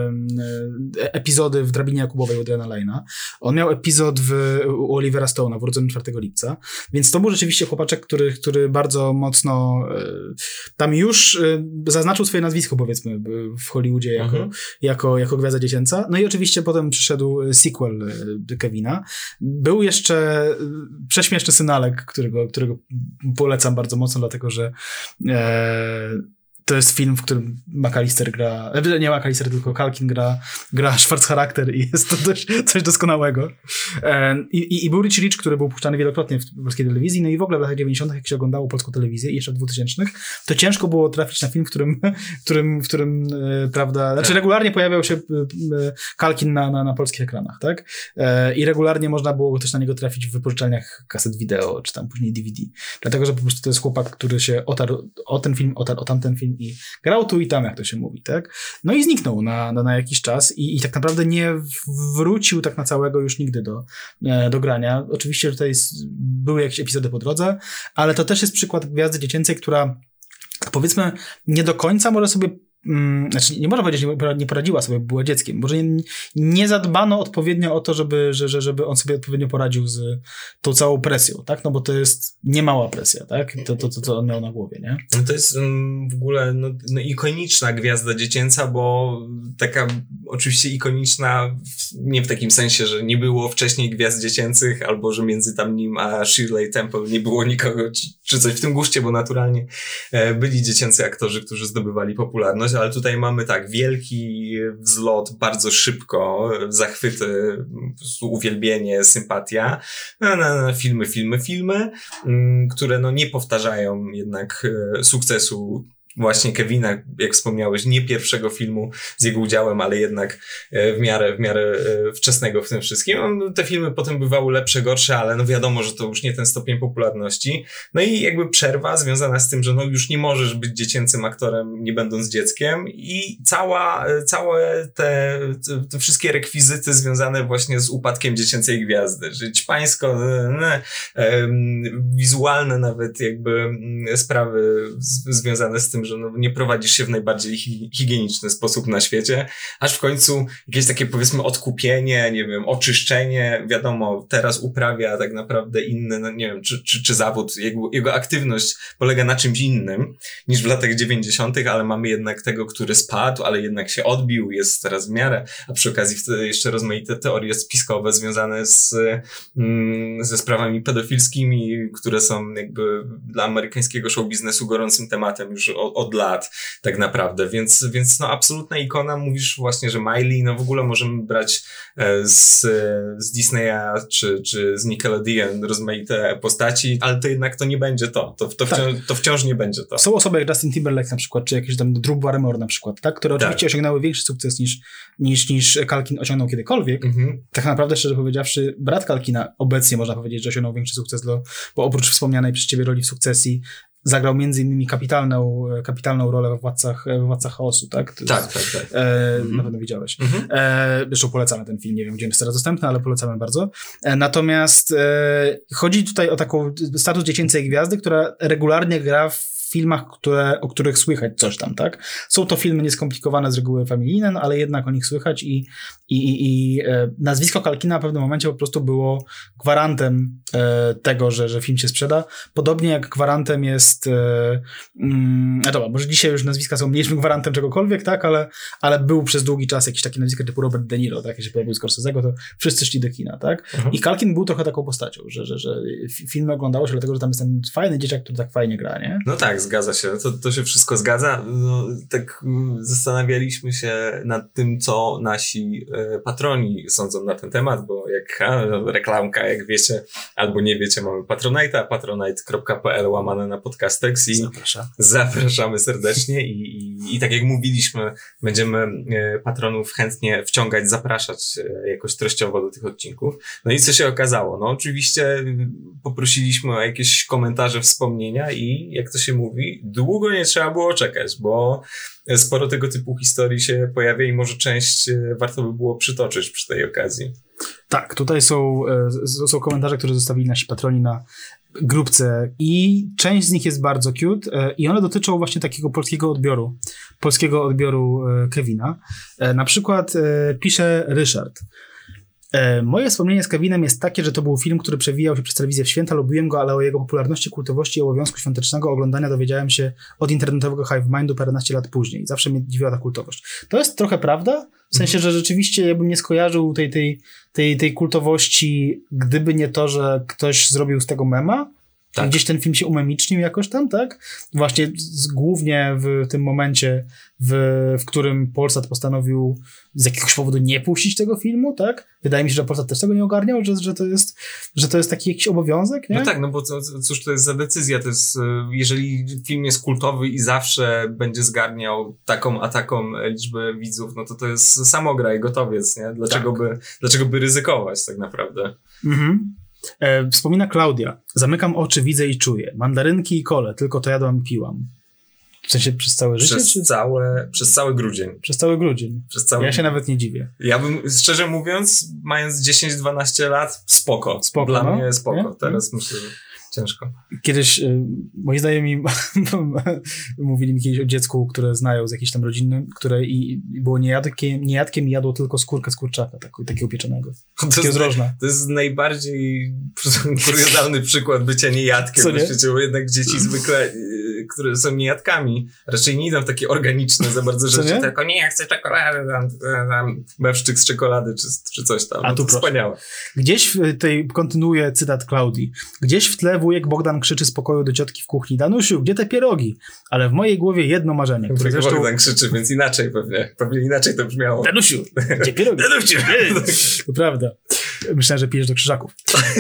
e, epizody w Drabinie Jakubowej u Adriana Lane'a. On miał epizod w, u Olivera Stone'a w Urodzonym czwartego lipca. Więc to był rzeczywiście chłopaczek, który, który bardzo mocno e, tam już e, zaznaczył swoje nazwisko, powiedzmy, w Hollywoodzie jako, mhm. jako, jako gwiazda dziecięca. No i oczywiście potem przyszedł sequel e, Kevina. Był jeszcze prześmieszny synalek, którego, którego polecam bardzo mocno, dlatego że e, to jest film, w którym McAllister gra, nie McAllister, tylko Culkin gra, gra Schwarz-charakter i jest to dość, coś doskonałego. E, i, I był Richie Rich, który był puszczany wielokrotnie w polskiej telewizji, no i w ogóle w latach dziewięćdziesiątych, jak się oglądało polską telewizję i jeszcze w dwutysięcznych, to ciężko było trafić na film, w którym, w którym, w którym e, prawda, znaczy regularnie pojawiał się e, Culkin na, na, na polskich ekranach, tak? E, I regularnie można było też na niego trafić w wypożyczalniach kaset wideo, czy tam później D V D. Dlatego, że po prostu to jest chłopak, który się otarł o ten film, otarł o tamten film i grał tu i tam, jak to się mówi, tak? No i zniknął na, na, na jakiś czas i, i tak naprawdę nie wrócił tak na całego już nigdy do, do grania. Oczywiście tutaj były jakieś epizody po drodze, ale to też jest przykład gwiazdy dziecięcej, która powiedzmy nie do końca może sobie Hmm, znaczy nie można powiedzieć, że nie poradziła sobie, była dzieckiem. Może nie, nie zadbano odpowiednio o to, żeby, że, żeby on sobie odpowiednio poradził z tą całą presją, tak? No bo to jest niemała presja, tak? To, to, to co on miał na głowie, nie? No to jest um, w ogóle no, no, ikoniczna gwiazda dziecięca, bo taka oczywiście ikoniczna w, nie w takim sensie, że nie było wcześniej gwiazd dziecięcych, albo że między tam nim a Shirley Temple nie było nikogo, czy coś w tym guście, bo naturalnie e, byli dziecięcy aktorzy, którzy zdobywali popularność, ale tutaj mamy tak, wielki wzlot, bardzo szybko, zachwyty, uwielbienie, sympatia, na, na, na filmy, filmy, filmy, m, które no nie powtarzają jednak e, sukcesu właśnie Kevina, jak wspomniałeś, nie pierwszego filmu z jego udziałem, ale jednak w miarę, w miarę wczesnego w tym wszystkim. Te filmy potem bywały lepsze, gorsze, ale no wiadomo, że to już nie ten stopień popularności. No i jakby przerwa związana z tym, że no już nie możesz być dziecięcym aktorem, nie będąc dzieckiem i cała, całe te, te, te wszystkie rekwizyty związane właśnie z upadkiem dziecięcej gwiazdy, że ćpańsko, ne, ne, wizualne nawet jakby sprawy z, związane z tym, że no nie prowadzisz się w najbardziej hi, higieniczny sposób na świecie, aż w końcu jakieś takie powiedzmy odkupienie, nie wiem, oczyszczenie, wiadomo, teraz uprawia tak naprawdę inny, no nie wiem, czy, czy, czy zawód, jego, jego aktywność polega na czymś innym niż w latach dziewięćdziesiątych, ale mamy jednak tego, który spadł, ale jednak się odbił, jest teraz w miarę, a przy okazji wtedy jeszcze rozmaite teorie spiskowe związane z, mm, ze sprawami pedofilskimi, które są jakby dla amerykańskiego show biznesu gorącym tematem już od, od lat tak naprawdę, więc, więc no absolutna ikona, mówisz właśnie, że Miley, no w ogóle możemy brać z, z Disneya czy, czy z Nickelodeon rozmaite postaci, ale to jednak to nie będzie to, to, to, wciąż, tak. to wciąż nie będzie to. Są osoby jak Justin Timberlake na przykład, czy jakiś tam Drew Barrymore na przykład, tak, które oczywiście tak. osiągnęły większy sukces niż, niż, niż Culkin osiągnął kiedykolwiek. Mhm. Tak naprawdę, szczerze powiedziawszy, brat Culkina obecnie można powiedzieć, że osiągnął większy sukces, do, bo oprócz wspomnianej przez ciebie roli w Sukcesji zagrał między innymi kapitalną, kapitalną rolę we Władcach, we Władcach Chaosu, tak? To tak, jest, tak, tak. E, mhm. Na pewno widziałeś. Mhm. E, zresztą polecamy ten film, nie wiem, gdzie jest teraz dostępny, ale polecamy bardzo. E, natomiast e, chodzi tutaj o taką status dziecięcej gwiazdy, która regularnie gra w filmach, które, o których słychać coś tam, tak? Są to filmy nieskomplikowane z reguły familijne, no, ale jednak o nich słychać i, i, i, i e, nazwisko Culkina w pewnym momencie po prostu było gwarantem e, tego, że, że film się sprzeda. Podobnie jak gwarantem jest e, mm, no dobra, może dzisiaj już nazwiska są mniejszym gwarantem czegokolwiek, tak? Ale, ale był przez długi czas jakieś takie nazwiska typu Robert De Niro, tak? Jak się pojawił Scorsese'ego, to wszyscy szli do kina, tak? Mhm. I Culkin był trochę taką postacią, że, że, że filmy oglądało się dlatego, że tam jest ten fajny dzieciak, który tak fajnie gra, nie? No tak, zgadza się. To, to się wszystko zgadza. No, tak zastanawialiśmy się nad tym, co nasi e, patroni sądzą na ten temat, bo jak a, reklamka, jak wiecie, albo nie wiecie, mamy Patronite'a, patronite kropka p l łamane na Podcastex i Zapraszam. zapraszamy serdecznie i, i, i tak jak mówiliśmy, będziemy e, patronów chętnie wciągać, zapraszać e, jakoś treściowo do tych odcinków. No i co się okazało? No oczywiście poprosiliśmy o jakieś komentarze, wspomnienia i jak to się mówi, długo nie trzeba było czekać, bo sporo tego typu historii się pojawia i może część warto by było przytoczyć przy tej okazji. Tak, tutaj są, są komentarze, które zostawili nasi patroni na grupce i część z nich jest bardzo cute i one dotyczą właśnie takiego polskiego odbioru, polskiego odbioru Kevina. Na przykład pisze Ryszard. Moje wspomnienie z Kevinem jest takie, że to był film, który przewijał się przez telewizję w święta, lubiłem go, ale o jego popularności, kultowości i obowiązku świątecznego oglądania dowiedziałem się od internetowego hive mindu paręnaście lat później. Zawsze mnie dziwiła ta kultowość. To jest trochę prawda, w sensie, mm-hmm. że rzeczywiście ja bym nie skojarzył tej, tej, tej, tej kultowości, gdyby nie to, że ktoś zrobił z tego mema. Tak. Gdzieś ten film się umemicznił jakoś tam, tak? Właśnie z, głównie w tym momencie, w, w którym Polsat postanowił z jakiegoś powodu nie puścić tego filmu, tak? Wydaje mi się, że Polsat też tego nie ogarniał, że, że, to, jest, że to jest taki jakiś obowiązek, nie? No tak, no bo to, cóż to jest za decyzja? To jest, jeżeli film jest kultowy i zawsze będzie zgarniał taką a taką liczbę widzów, no to to jest samogra i gotowiec, nie? Dlaczego, tak. by, dlaczego by ryzykować tak naprawdę? Mhm. E, wspomina Klaudia. Zamykam oczy, widzę i czuję. Mandarynki i kole, tylko to jadłam i piłam. W sensie przez całe życie? Przez, czy? całe, przez cały grudzień. Przez cały grudzień. Przez cały... Ja się nawet nie dziwię. Ja bym, szczerze mówiąc, mając dziesięć dwanaście lat, spoko. Spoko, Dla no? mnie spoko. Nie? Teraz myślę, że ciężko. Kiedyś, y, moi znajomi mówili mi kiedyś o dziecku, które znają z jakiejś tam rodziny, które i, i było niejadkiem, niejadkiem i jadło tylko skórkę z kurczaka, tak, takiego pieczonego. Takiego z rożna. To jest najbardziej kuriozalny przykład bycia niejadkiem Co, na nie? świecie, bo jednak dzieci zwykle, które są niejadkami, raczej nie idą w takie organiczne za bardzo rzeczy, nie? Tylko nie, ja chcę czekolady, tam, tam bewszczyk z czekolady, czy, czy coś tam. A no tu to wspaniałe. Gdzieś w tej, kontynuuję cytat Klaudii, gdzieś w tle wujek Bogdan krzyczy z pokoju do ciotki w kuchni: Danusiu, gdzie te pierogi? Ale w mojej głowie jedno marzenie, które zresztą... Bogdan krzyczy, więc inaczej pewnie. Pewnie inaczej to brzmiało. Danusiu, gdzie pierogi? Danusiu! To prawda. Myślałem, że pijesz do Krzyżaków.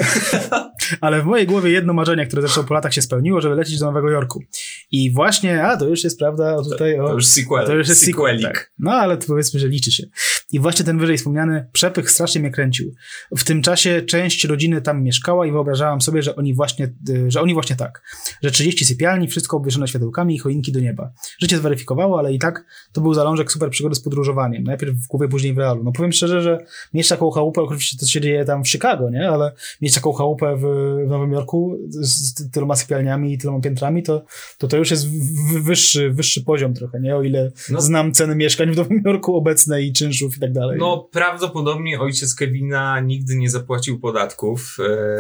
Ale w mojej głowie jedno marzenie, które zresztą po latach się spełniło, żeby lecieć do Nowego Jorku. I właśnie, a to już jest prawda, o tutaj... O, to już sequel. To już jest sequelik. sequel, tak. No ale to powiedzmy, że liczy się. I właśnie ten wyżej wspomniany przepych strasznie mnie kręcił. W tym czasie część rodziny tam mieszkała i wyobrażałam sobie, że oni właśnie, że oni właśnie tak. Że trzydzieści sypialni, wszystko obwieszone światełkami i choinki do nieba. Życie zweryfikowało, ale i tak to był zalążek super przygody z podróżowaniem. Najpierw w głowie, później w realu. No powiem szczerze, że mieć taką chałupę, oczywiście to się dzieje tam w Chicago, nie? Ale mieć taką chałupę w, w Nowym Jorku z tyloma sypialniami i tyloma piętrami, to to, to już jest w, wyższy, wyższy poziom trochę, nie? O ile no, znam ceny mieszkań w Nowym Jorku obecne i czynszów i tak dalej. No nie? Prawdopodobnie ojciec Kevina nigdy nie zapłacił podatków.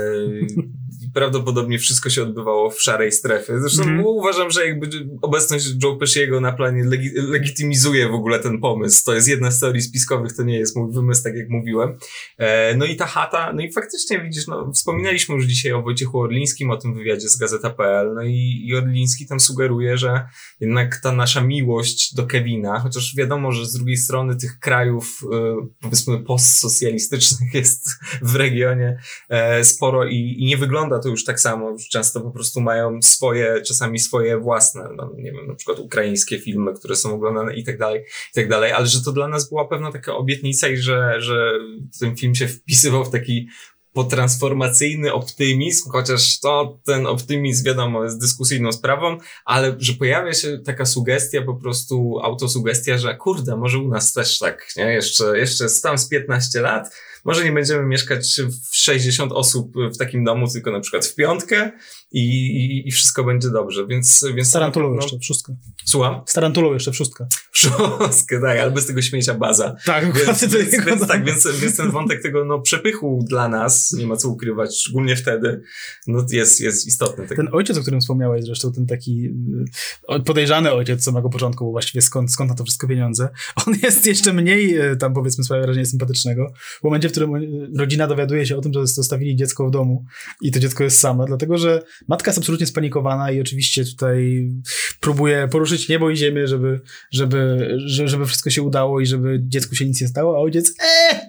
Eee, prawdopodobnie wszystko się odbywało w szarej strefie. Zresztą mm-hmm. uważam, że jakby obecność Joe Pesciego na planie legi- legitymizuje w ogóle ten pomysł. To jest jedna z teorii spiskowych, to nie jest mój wymysł, tak jak mówiłem. Eee, no i ta chata, no i faktycznie widzisz, no wspominaliśmy już dzisiaj o Wojciechu Orlińskim, o tym wywiadzie z Gazeta kropka pe el, no i, i Orliński tam sugeruje, że jednak ta nasza miłość do Kevina, chociaż wiadomo, że z drugiej strony tych krajów powiedzmy postsocjalistycznych jest w regionie sporo i, i nie wygląda to już tak samo. Już często po prostu mają swoje, czasami swoje własne, no, nie wiem, na przykład ukraińskie filmy, które są oglądane i tak dalej, i tak dalej, ale że to dla nas była pewna taka obietnica i że, że ten film się wpisywał w taki potransformacyjny optymizm, chociaż to ten optymizm wiadomo jest dyskusyjną sprawą, ale że pojawia się taka sugestia, po prostu autosugestia, że kurde, może u nas też tak, nie? Jeszcze, jeszcze tam z piętnaście lat, może nie będziemy mieszkać w sześćdziesiąt osób w takim domu, tylko na przykład w piątkę i, i, i wszystko będzie dobrze, więc... więc Starantulą no, jeszcze, wszystko. Słucham? Starantulą jeszcze, wszystko. Wszystko, tak, ale bez tego śmiecia baza. Tak, więc, więc, więc, więc, tak więc, więc ten wątek tego no, przepychu dla nas, nie ma co ukrywać, szczególnie wtedy, no, jest, jest istotny. Tak. Ten ojciec, o którym wspomniałeś zresztą, ten taki podejrzany ojciec z samego początku, bo właściwie skąd, skąd na to wszystko pieniądze, on jest jeszcze mniej tam powiedzmy sprawia wrażenie sympatycznego. W momencie, w którym rodzina dowiaduje się o tym, że zostawili dziecko w domu i to dziecko jest same, dlatego, że matka jest absolutnie spanikowana i oczywiście tutaj próbuje poruszyć niebo i ziemię, żeby, żeby, żeby wszystko się udało i żeby dziecku się nic nie stało, a ojciec eee,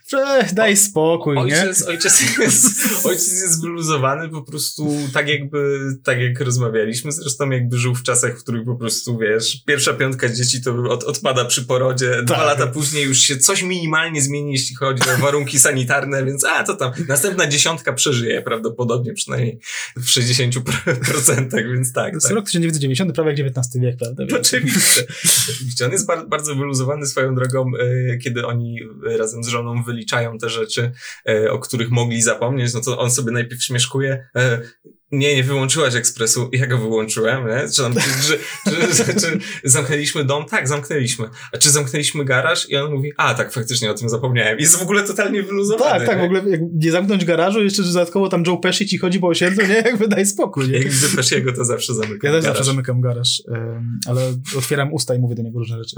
daj spokój, o, nie? Ojciec, ojciec, jest, ojciec jest wyluzowany po prostu tak jakby, tak jak rozmawialiśmy, zresztą jakby żył w czasach, w których po prostu, wiesz, pierwsza piątka dzieci to od, odpada przy porodzie, tak. Dwa lata później już się coś minimalnie zmieni, jeśli chodzi o warunki sanitarne, więc a, to tam, następna dziesiątka przeżyje prawdopodobnie, przynajmniej w sześćdziesiąt procent, więc tak. To jest tak. Rok tysiąc dziewięćset dziewięćdziesiąty, prawie jak dziewiętnasty wiek, prawda? Oczywiście. Oczywiście. On jest bar- bardzo wyluzowany swoją drogą, yy, kiedy oni razem z żoną wyli liczają te rzeczy, e, o których mogli zapomnieć, no to on sobie najpierw śmieszkuje, e, nie, nie wyłączyłaś ekspresu, ja go wyłączyłem, nie? Czy, tam, czy, czy, czy, czy zamknęliśmy dom? Tak, zamknęliśmy. A czy zamknęliśmy garaż? I on mówi, a tak, faktycznie o tym zapomniałem. Jest w ogóle totalnie wyluzowany. Tak, tak, nie? W ogóle jak nie zamknąć garażu, jeszcze że dodatkowo tam Joe Pesci ci chodzi po osiedlu, nie? Jakby daj spokój, nie? Jak widzę Pesciego, to zawsze zamykam Ja też garaż. zawsze zamykam garaż, ale otwieram usta i mówię do niego różne rzeczy.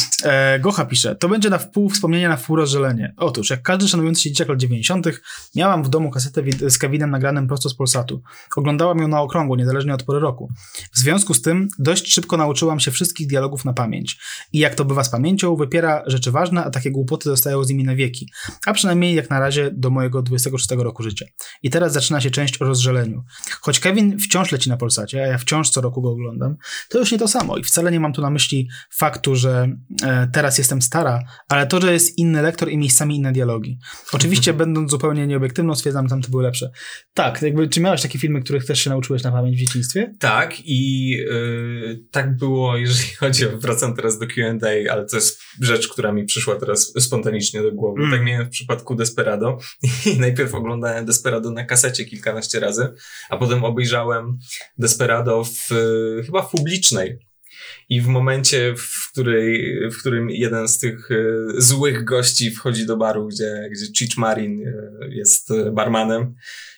E, Gocha pisze, to będzie na wpół wspomnienia, na wpół rozżalenie. Otóż, jak każdy szanujący się dzieciak lat dziewięćdziesiątych, miałam w domu kasetę z Kevinem nagranym prosto z Polsatu. Oglądałam ją na okrągło, niezależnie od pory roku. W związku z tym dość szybko nauczyłam się wszystkich dialogów na pamięć. I jak to bywa z pamięcią, wypiera rzeczy ważne, a takie głupoty zostają z nimi na wieki. A przynajmniej jak na razie do mojego dwudziestego szóstego roku życia. I teraz zaczyna się część o rozżaleniu. Choć Kevin wciąż leci na Polsacie, a ja wciąż co roku go oglądam, to już nie to samo. I wcale nie mam tu na myśli faktu, że e, teraz jestem stara, ale to, że jest inny lektor i miejscami inne dialogi. Oczywiście będąc zupełnie nieobiektywną, stwierdzam, że tamte były lepsze. Tak, jakby, czy miałeś takie filmy, których też się nauczyłeś na pamięć w dzieciństwie? Tak i yy, tak było, jeżeli chodzi o, wracam teraz do Q and A, ale to jest rzecz, która mi przyszła teraz spontanicznie do głowy. Mm. Tak miałem w przypadku Desperado i najpierw oglądałem Desperado na kasecie kilkanaście razy, a potem obejrzałem Desperado w, chyba w publicznej. I w momencie, w, której, w którym jeden z tych y, złych gości wchodzi do baru, gdzie, gdzie Cheech Marin y, jest barmanem,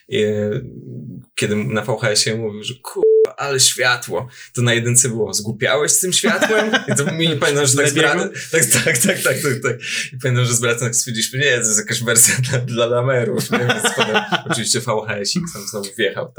y, kiedy na V H S-ie mówił, że kurwa, ale światło. To na jedynce było, zgłupiałeś z tym światłem? I to mi pamiętam, że tak z bratem, tak, tak, tak, tak, tak, tak. I pamiętam, że z bratem tak stwierdziliśmy, nie, to jest jakaś wersja dla, dla lamerów, nie? Więc potem oczywiście V H S-ik sam znowu wjechał, tak.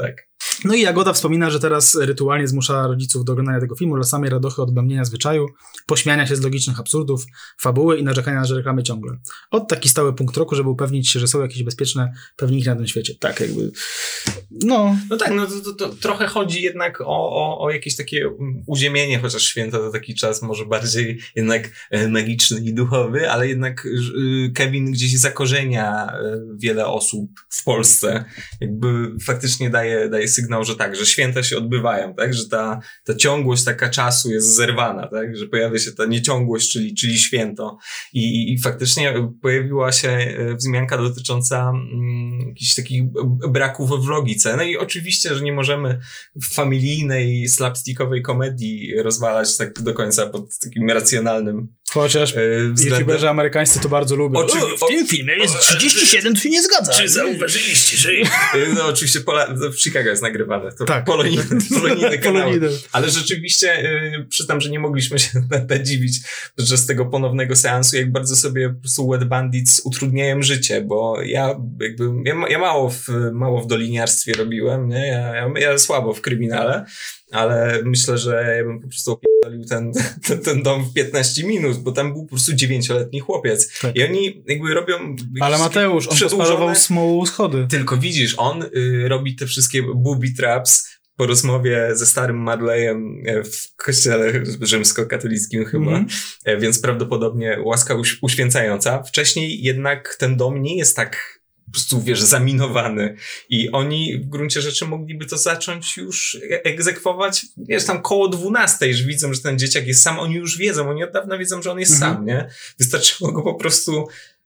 No i Jagoda wspomina, że teraz rytualnie zmusza rodziców do oglądania tego filmu dla samej radochy odbębnienia zwyczaju, pośmiania się z logicznych absurdów, fabuły i narzekania na że reklamy ciągle. Od taki stały punkt roku, żeby upewnić się, że są jakieś bezpieczne pewniki na tym świecie. Tak, jakby... No, no tak, no to, to, to trochę chodzi jednak o, o, o jakieś takie uziemienie, chociaż święta to taki czas może bardziej jednak magiczny i duchowy, ale jednak Kevin gdzieś zakorzenia wiele osób w Polsce. Jakby faktycznie daje, daje sygnał, że tak, że święta się odbywają, tak, że ta, ta ciągłość taka czasu jest zerwana, tak, że pojawia się ta nieciągłość, czyli, czyli święto. I, i faktycznie pojawiła się wzmianka dotycząca mm, jakichś takich braków w logice. No i oczywiście, że nie możemy w familijnej, slapstickowej komedii rozwalać tak do końca pod takim racjonalnym chociaż yy, youtuberzy amerykańscy to bardzo lubią. Oczy... O, w tym filmie jest trzydzieści siedem, to się nie zgadza. Czy zauważyliście, że... No oczywiście Pola... w Chicago jest nagrywane. To tak. Polonijne, polonijne kanały. Ale rzeczywiście yy, przytam, że nie mogliśmy się nadziwić podczas tego ponownego seansu, jak bardzo sobie po prostu Wet Bandits utrudniają życie, bo ja jakby, ja, ja mało, w, mało w doliniarstwie robiłem, nie? Ja, ja, ja słabo w kryminale, ale myślę, że ja bym po prostu opierdolił ten, ten, ten dom w piętnaście minut, bo tam był po prostu dziewięcioletni chłopiec. Tak. I oni jakby robią... Ale Mateusz, on posmarował smołą schody. Tylko widzisz, on y, robi te wszystkie booby traps po rozmowie ze starym Marleyem w kościele rzymskokatolickim chyba, mm-hmm. więc prawdopodobnie łaska uś- uświęcająca. Wcześniej jednak ten dom nie jest tak po prostu, wiesz, zaminowany i oni w gruncie rzeczy mogliby to zacząć już egzekwować, wiesz, tam koło dwunastej, że widzą, że ten dzieciak jest sam, oni już wiedzą, oni od dawna wiedzą, że on jest mm-hmm. sam, nie? Wystarczyło go po prostu...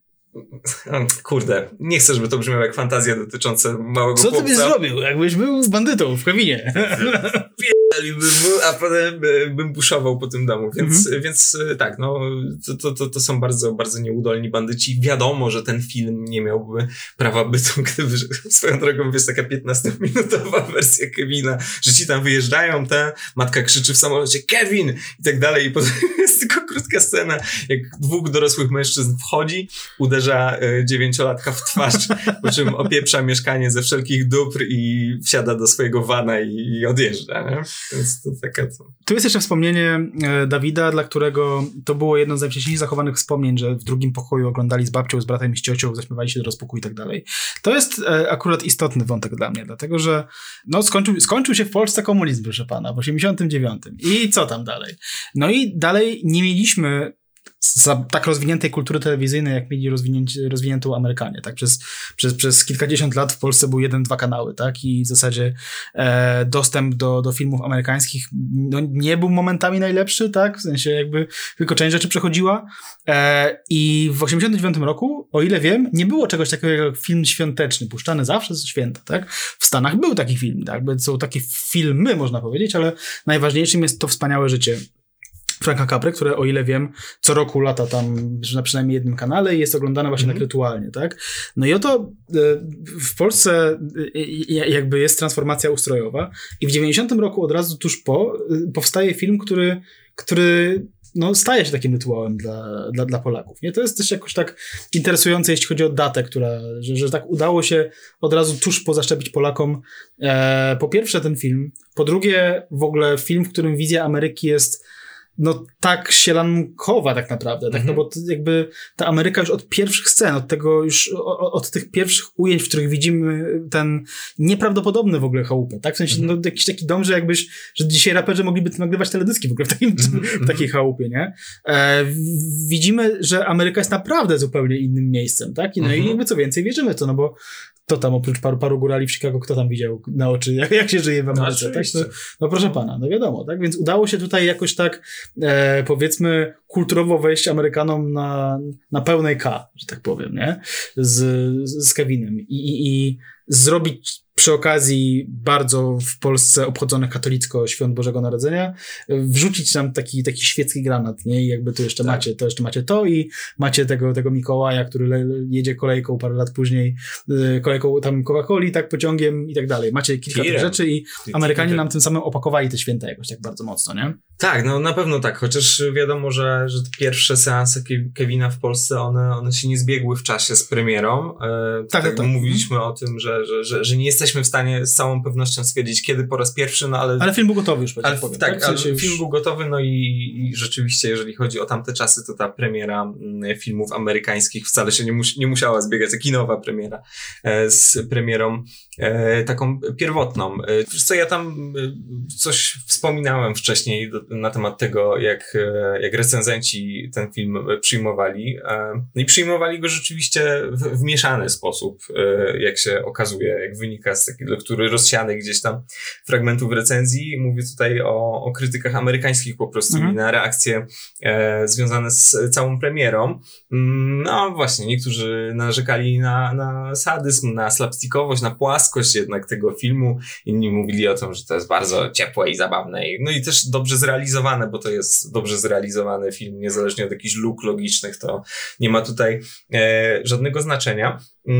Kurde, nie chcę, żeby to brzmiało jak fantazja dotycząca małego Co chłopca. ty byś zrobił, jakbyś był bandytą w Kevinie? Pierdoliłbym mu, a potem bym buszował po tym domu, więc, mm-hmm. więc tak, no to, to, to są bardzo, bardzo nieudolni bandyci. Wiadomo, że ten film nie miałby prawa bytu, gdyby swoją drogą, wiesz, taka piętnastominutowa wersja Kevina, że ci tam wyjeżdżają, te matka krzyczy w samolocie Kevin i tak dalej i potem jest tylko krótka scena, jak dwóch dorosłych mężczyzn wchodzi, uderza dziewięciolatka w twarz, po czym opieprza mieszkanie ze wszelkich dóbr i wsiada do swojego vana i, i odjeżdża. Nie? Więc to taka to. Tu jest jeszcze wspomnienie Dawida, dla którego to było jedno z najwcześniejszych zachowanych wspomnień, że w drugim pokoju oglądali z babcią, z bratem i z ciocią, zaśpiewali się do rozpuku i tak dalej. To jest akurat istotny wątek dla mnie, dlatego że no, skończył, skończył się w Polsce komunizm, proszę pana, w osiemdziesiątym dziewiątym. I co tam dalej? No i dalej nie mieliśmy za tak rozwiniętej kultury telewizyjnej, jak mieli rozwiniętą Amerykanie, tak? Przez, przez, przez kilkadziesiąt lat w Polsce były jeden, dwa kanały, tak? I w zasadzie e, dostęp do, do filmów amerykańskich no, nie był momentami najlepszy, tak? W sensie jakby tylko część rzeczy przechodziła. E, I w osiemdziesiątym dziewiątym roku, o ile wiem, nie było czegoś takiego jak film świąteczny, puszczany zawsze ze święta, tak? W Stanach był taki film, tak? Są takie filmy, można powiedzieć, ale najważniejszym jest To wspaniałe życie Franka Capry, które o ile wiem, co roku lata tam na przynajmniej jednym kanale i jest oglądane właśnie mm-hmm. tak rytualnie, tak? No i oto w Polsce jakby jest transformacja ustrojowa i w dziewięćdziesiątym roku od razu tuż po powstaje film, który, który no, staje się takim rytuałem dla, dla, dla Polaków. Nie? To jest też jakoś tak interesujące, jeśli chodzi o datę, która, że, że tak udało się od razu tuż po zaszczepić Polakom e, po pierwsze ten film, po drugie w ogóle film, w którym wizja Ameryki jest no tak sielankowa tak naprawdę, tak, mm-hmm. no bo to jakby ta Ameryka już od pierwszych scen, od tego już, od, od tych pierwszych ujęć, w których widzimy ten nieprawdopodobny w ogóle chałupę, tak, w sensie mm-hmm. no jakiś taki dom, że jakbyś, że dzisiaj raperzy mogliby nagrywać teledyski w ogóle w, takim, mm-hmm. w takiej chałupie, nie? E, widzimy, że Ameryka jest naprawdę zupełnie innym miejscem, tak, i no mm-hmm. i jakby co więcej wierzymy w to, no bo to tam oprócz paru, paru górali w Chicago, kto tam widział na oczy, jak, jak się żyje w Ameryce, no, tak? No, no proszę pana, no wiadomo, tak? Więc udało się tutaj jakoś tak, e, powiedzmy, kulturowo wejść Amerykanom na, na pełnej K, że tak powiem, nie? Z, z Kevinem. I, i, i zrobić przy okazji bardzo w Polsce obchodzonych katolicko świąt Bożego Narodzenia, wrzucić nam taki, taki świecki granat, nie? I jakby tu jeszcze tak. macie, to jeszcze macie to i macie tego, tego Mikołaja, który le, jedzie kolejką parę lat później, kolejką tam Coca-Coli, tak, pociągiem i tak dalej. Macie kilka tych rzeczy i Amerykanie nam tym samym opakowali te święta jakoś tak bardzo mocno, nie? Tak, no na pewno tak, chociaż wiadomo, że, że te pierwsze seanse Kevina w Polsce, one, one się nie zbiegły w czasie z premierą. E, tak, tak, tak. Mówiliśmy hmm. o tym, że, że, że, że nie jesteśmy jesteśmy w stanie z całą pewnością stwierdzić, kiedy po raz pierwszy, no ale... Ale film był gotowy już, ale, powiem, tak, tak? W sensie ale film już... był gotowy, no i, i rzeczywiście, jeżeli chodzi o tamte czasy, to ta premiera m, filmów amerykańskich wcale się nie, mus, nie musiała zbiegać, jak i nowa premiera e, z premierą e, taką pierwotną. E, wiesz co, ja tam e, coś wspominałem wcześniej do, na temat tego, jak, e, jak recenzenci ten film przyjmowali. E, no i przyjmowali go rzeczywiście w, w mieszany sposób, e, jak się okazuje, jak wynika z takiej lektury rozsianej gdzieś tam fragmentów recenzji. Mówię tutaj o, o krytykach amerykańskich po prostu mhm. i na reakcje e, związane z całą premierą. No właśnie, niektórzy narzekali na, na sadyzm, na slapstickowość, na płaskość jednak tego filmu. Inni mówili o tym, że to jest bardzo ciepłe i zabawne. No i też dobrze zrealizowane, bo to jest dobrze zrealizowany film, niezależnie od jakichś luk logicznych, to nie ma tutaj e, żadnego znaczenia.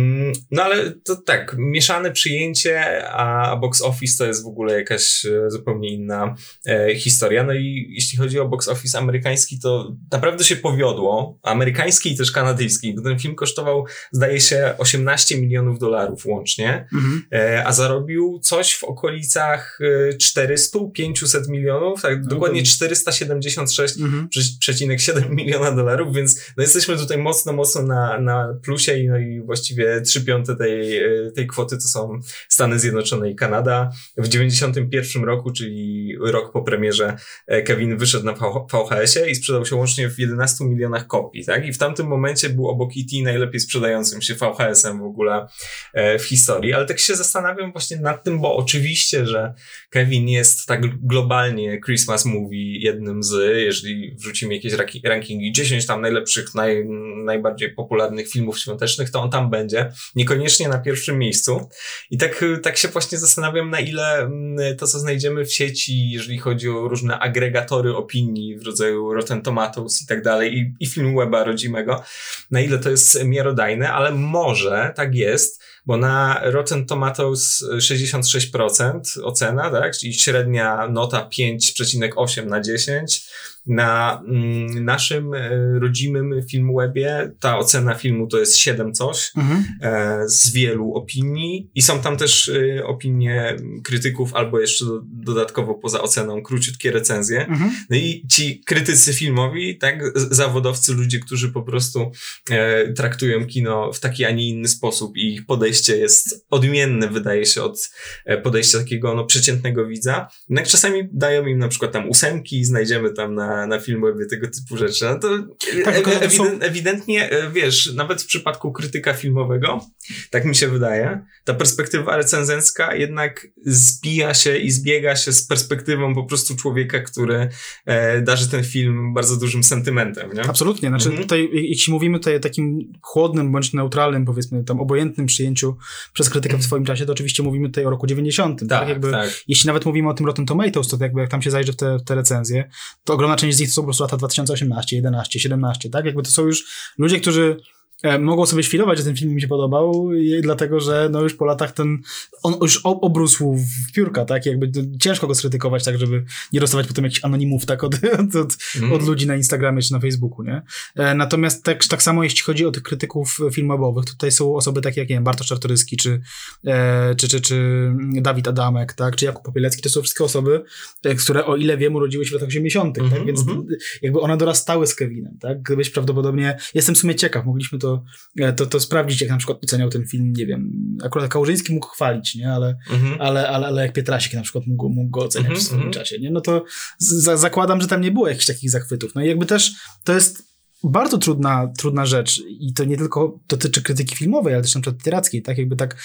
No ale to tak, mieszane przyjęcie, a box office to jest w ogóle jakaś zupełnie inna e, historia. No i jeśli chodzi o box office amerykański, to naprawdę się powiodło. Amerykański i też kanadyjski. Bo ten film kosztował, zdaje się, osiemnaście milionów dolarów łącznie, mhm. e, a zarobił coś w okolicach czterysta do pięciuset milionów, tak no dokładnie to... czterysta siedemdziesiąt sześć przecinek siedem mhm. miliona dolarów, więc no jesteśmy tutaj mocno, mocno na, na plusie i, no i właściwie trzy piąte tej, tej kwoty to są Stany Zjednoczone i Kanada. W dziewięćdziesiątym pierwszym roku, czyli rok po premierze, Kevin wyszedł na V H S-ie i sprzedał się łącznie w jedenastu milionach kopii, tak? I w tamtym momencie był obok E T najlepiej sprzedającym się V H S-em w ogóle w historii. Ale tak się zastanawiam właśnie nad tym, bo oczywiście, że Kevin jest tak globalnie Christmas movie jednym z, jeżeli wrzucimy jakieś rankingi, dziesięć tam najlepszych, naj, najbardziej popularnych filmów świątecznych, to on tam będzie. Niekoniecznie na pierwszym miejscu. I tak, tak się właśnie zastanawiam, na ile to, co znajdziemy w sieci, jeżeli chodzi o różne agregatory opinii w rodzaju Rotten Tomatoes i tak dalej, i, i Filmweba rodzimego, na ile to jest miarodajne, ale może tak jest, bo na Rotten Tomatoes sześćdziesiąt sześć procent ocena, tak, czyli średnia nota pięć przecinek osiem na dziesięć. Na mm, naszym e, rodzimym Filmwebie ta ocena filmu to jest siedem coś mhm. e, z wielu opinii i są tam też e, opinie krytyków albo jeszcze do, dodatkowo poza oceną króciutkie recenzje. Mhm. No i ci krytycy filmowi, tak, zawodowcy, ludzie, którzy po prostu e, traktują kino w taki, a nie inny sposób i ich podejście jest odmienne, wydaje się, od e, podejścia takiego no, przeciętnego widza. No, jak czasami dają im na przykład tam ósemki, znajdziemy tam na na Filmwebie tego typu rzeczy. No to tak, e- ewident, są... ewidentnie, wiesz, nawet w przypadku krytyka filmowego, tak mi się wydaje, ta perspektywa recenzencka jednak zbija się i zbiega się z perspektywą po prostu człowieka, który e, darzy ten film bardzo dużym sentymentem, nie? Absolutnie. Znaczy mhm. tutaj, jeśli mówimy tutaj o takim chłodnym bądź neutralnym, powiedzmy tam obojętnym przyjęciu przez krytykę w swoim czasie, to oczywiście mówimy tutaj o roku dziewięćdziesiątym. Tak, tak? Jakby, tak. Jeśli nawet mówimy o tym Rotten Tomatoes, to jakby jak tam się zajrzy w te, w te recenzje, to ogromna część z nich to są po prostu lata dwa tysiące osiemnasty, jedenaście, siedemnaście, tak? Jakby to są już ludzie, którzy e, mogą sobie świrować, że ten film mi się podobał, i, dlatego, że no już po latach ten, on już obrósł w piórka, tak? Jakby ciężko go skrytykować, tak, żeby nie dostawać potem jakichś anonimów, tak, od, od, od, mm. od ludzi na Instagramie czy na Facebooku, nie? E, natomiast tak, tak samo jeśli chodzi o tych krytyków filmowych, tutaj są osoby takie jak, nie wiem, Bartosz Czartoryski, czy, e, czy, czy, czy Dawid Adamek, tak, czy Jakub Popielecki, to są wszystkie osoby, te, które o ile wiem urodziły się w latach osiemdziesiątych, mm-hmm, tak? Więc mm-hmm. jakby one dorastały z Kevinem, tak? Gdybyś prawdopodobnie, jestem w sumie ciekaw, mogliśmy to, to, to sprawdzić, jak na przykład oceniał ten film, nie wiem, akurat Kałużyński mógł chwalić, nie? Ale, mm-hmm. ale, ale, ale jak Pietrasik na przykład mógł, mógł go oceniać mm-hmm. w swoim czasie, nie? No to z- zakładam, że tam nie było jakichś takich zachwytów. No i jakby też to jest bardzo trudna, trudna rzecz i to nie tylko dotyczy krytyki filmowej, ale też na przykład literackiej, tak? Jakby tak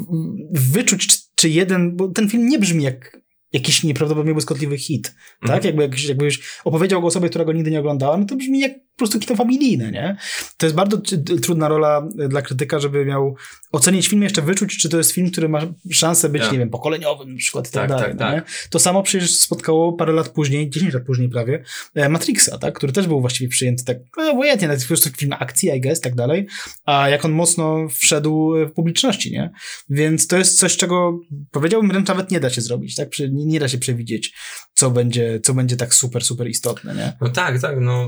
wyczuć, czy, czy jeden, bo ten film nie brzmi jak jakiś nieprawdopodobnie błyskotliwy hit, tak? Mm. Jakby, jak, jakbyś opowiedział go osobie, która go nigdy nie oglądała, no to brzmi jak po prostu kino familijne, nie? To jest bardzo trudna rola dla krytyka, żeby miał ocenić film, jeszcze wyczuć, czy to jest film, który ma szansę być, ja. nie wiem, pokoleniowym na przykład i tak, tak dalej. Tak, tak. To samo przecież spotkało parę lat później, dziesięć lat później prawie, Matrixa, tak? Który też był właściwie przyjęty tak, no obojętnie, nawet po prostu film akcji, I guess, tak dalej, a jak on mocno wszedł w publiczności, nie? Więc to jest coś, czego powiedziałbym wręcz nawet nie da się zrobić, tak? Nie da się przewidzieć, co będzie, co będzie tak super, super istotne, nie? No tak, tak, no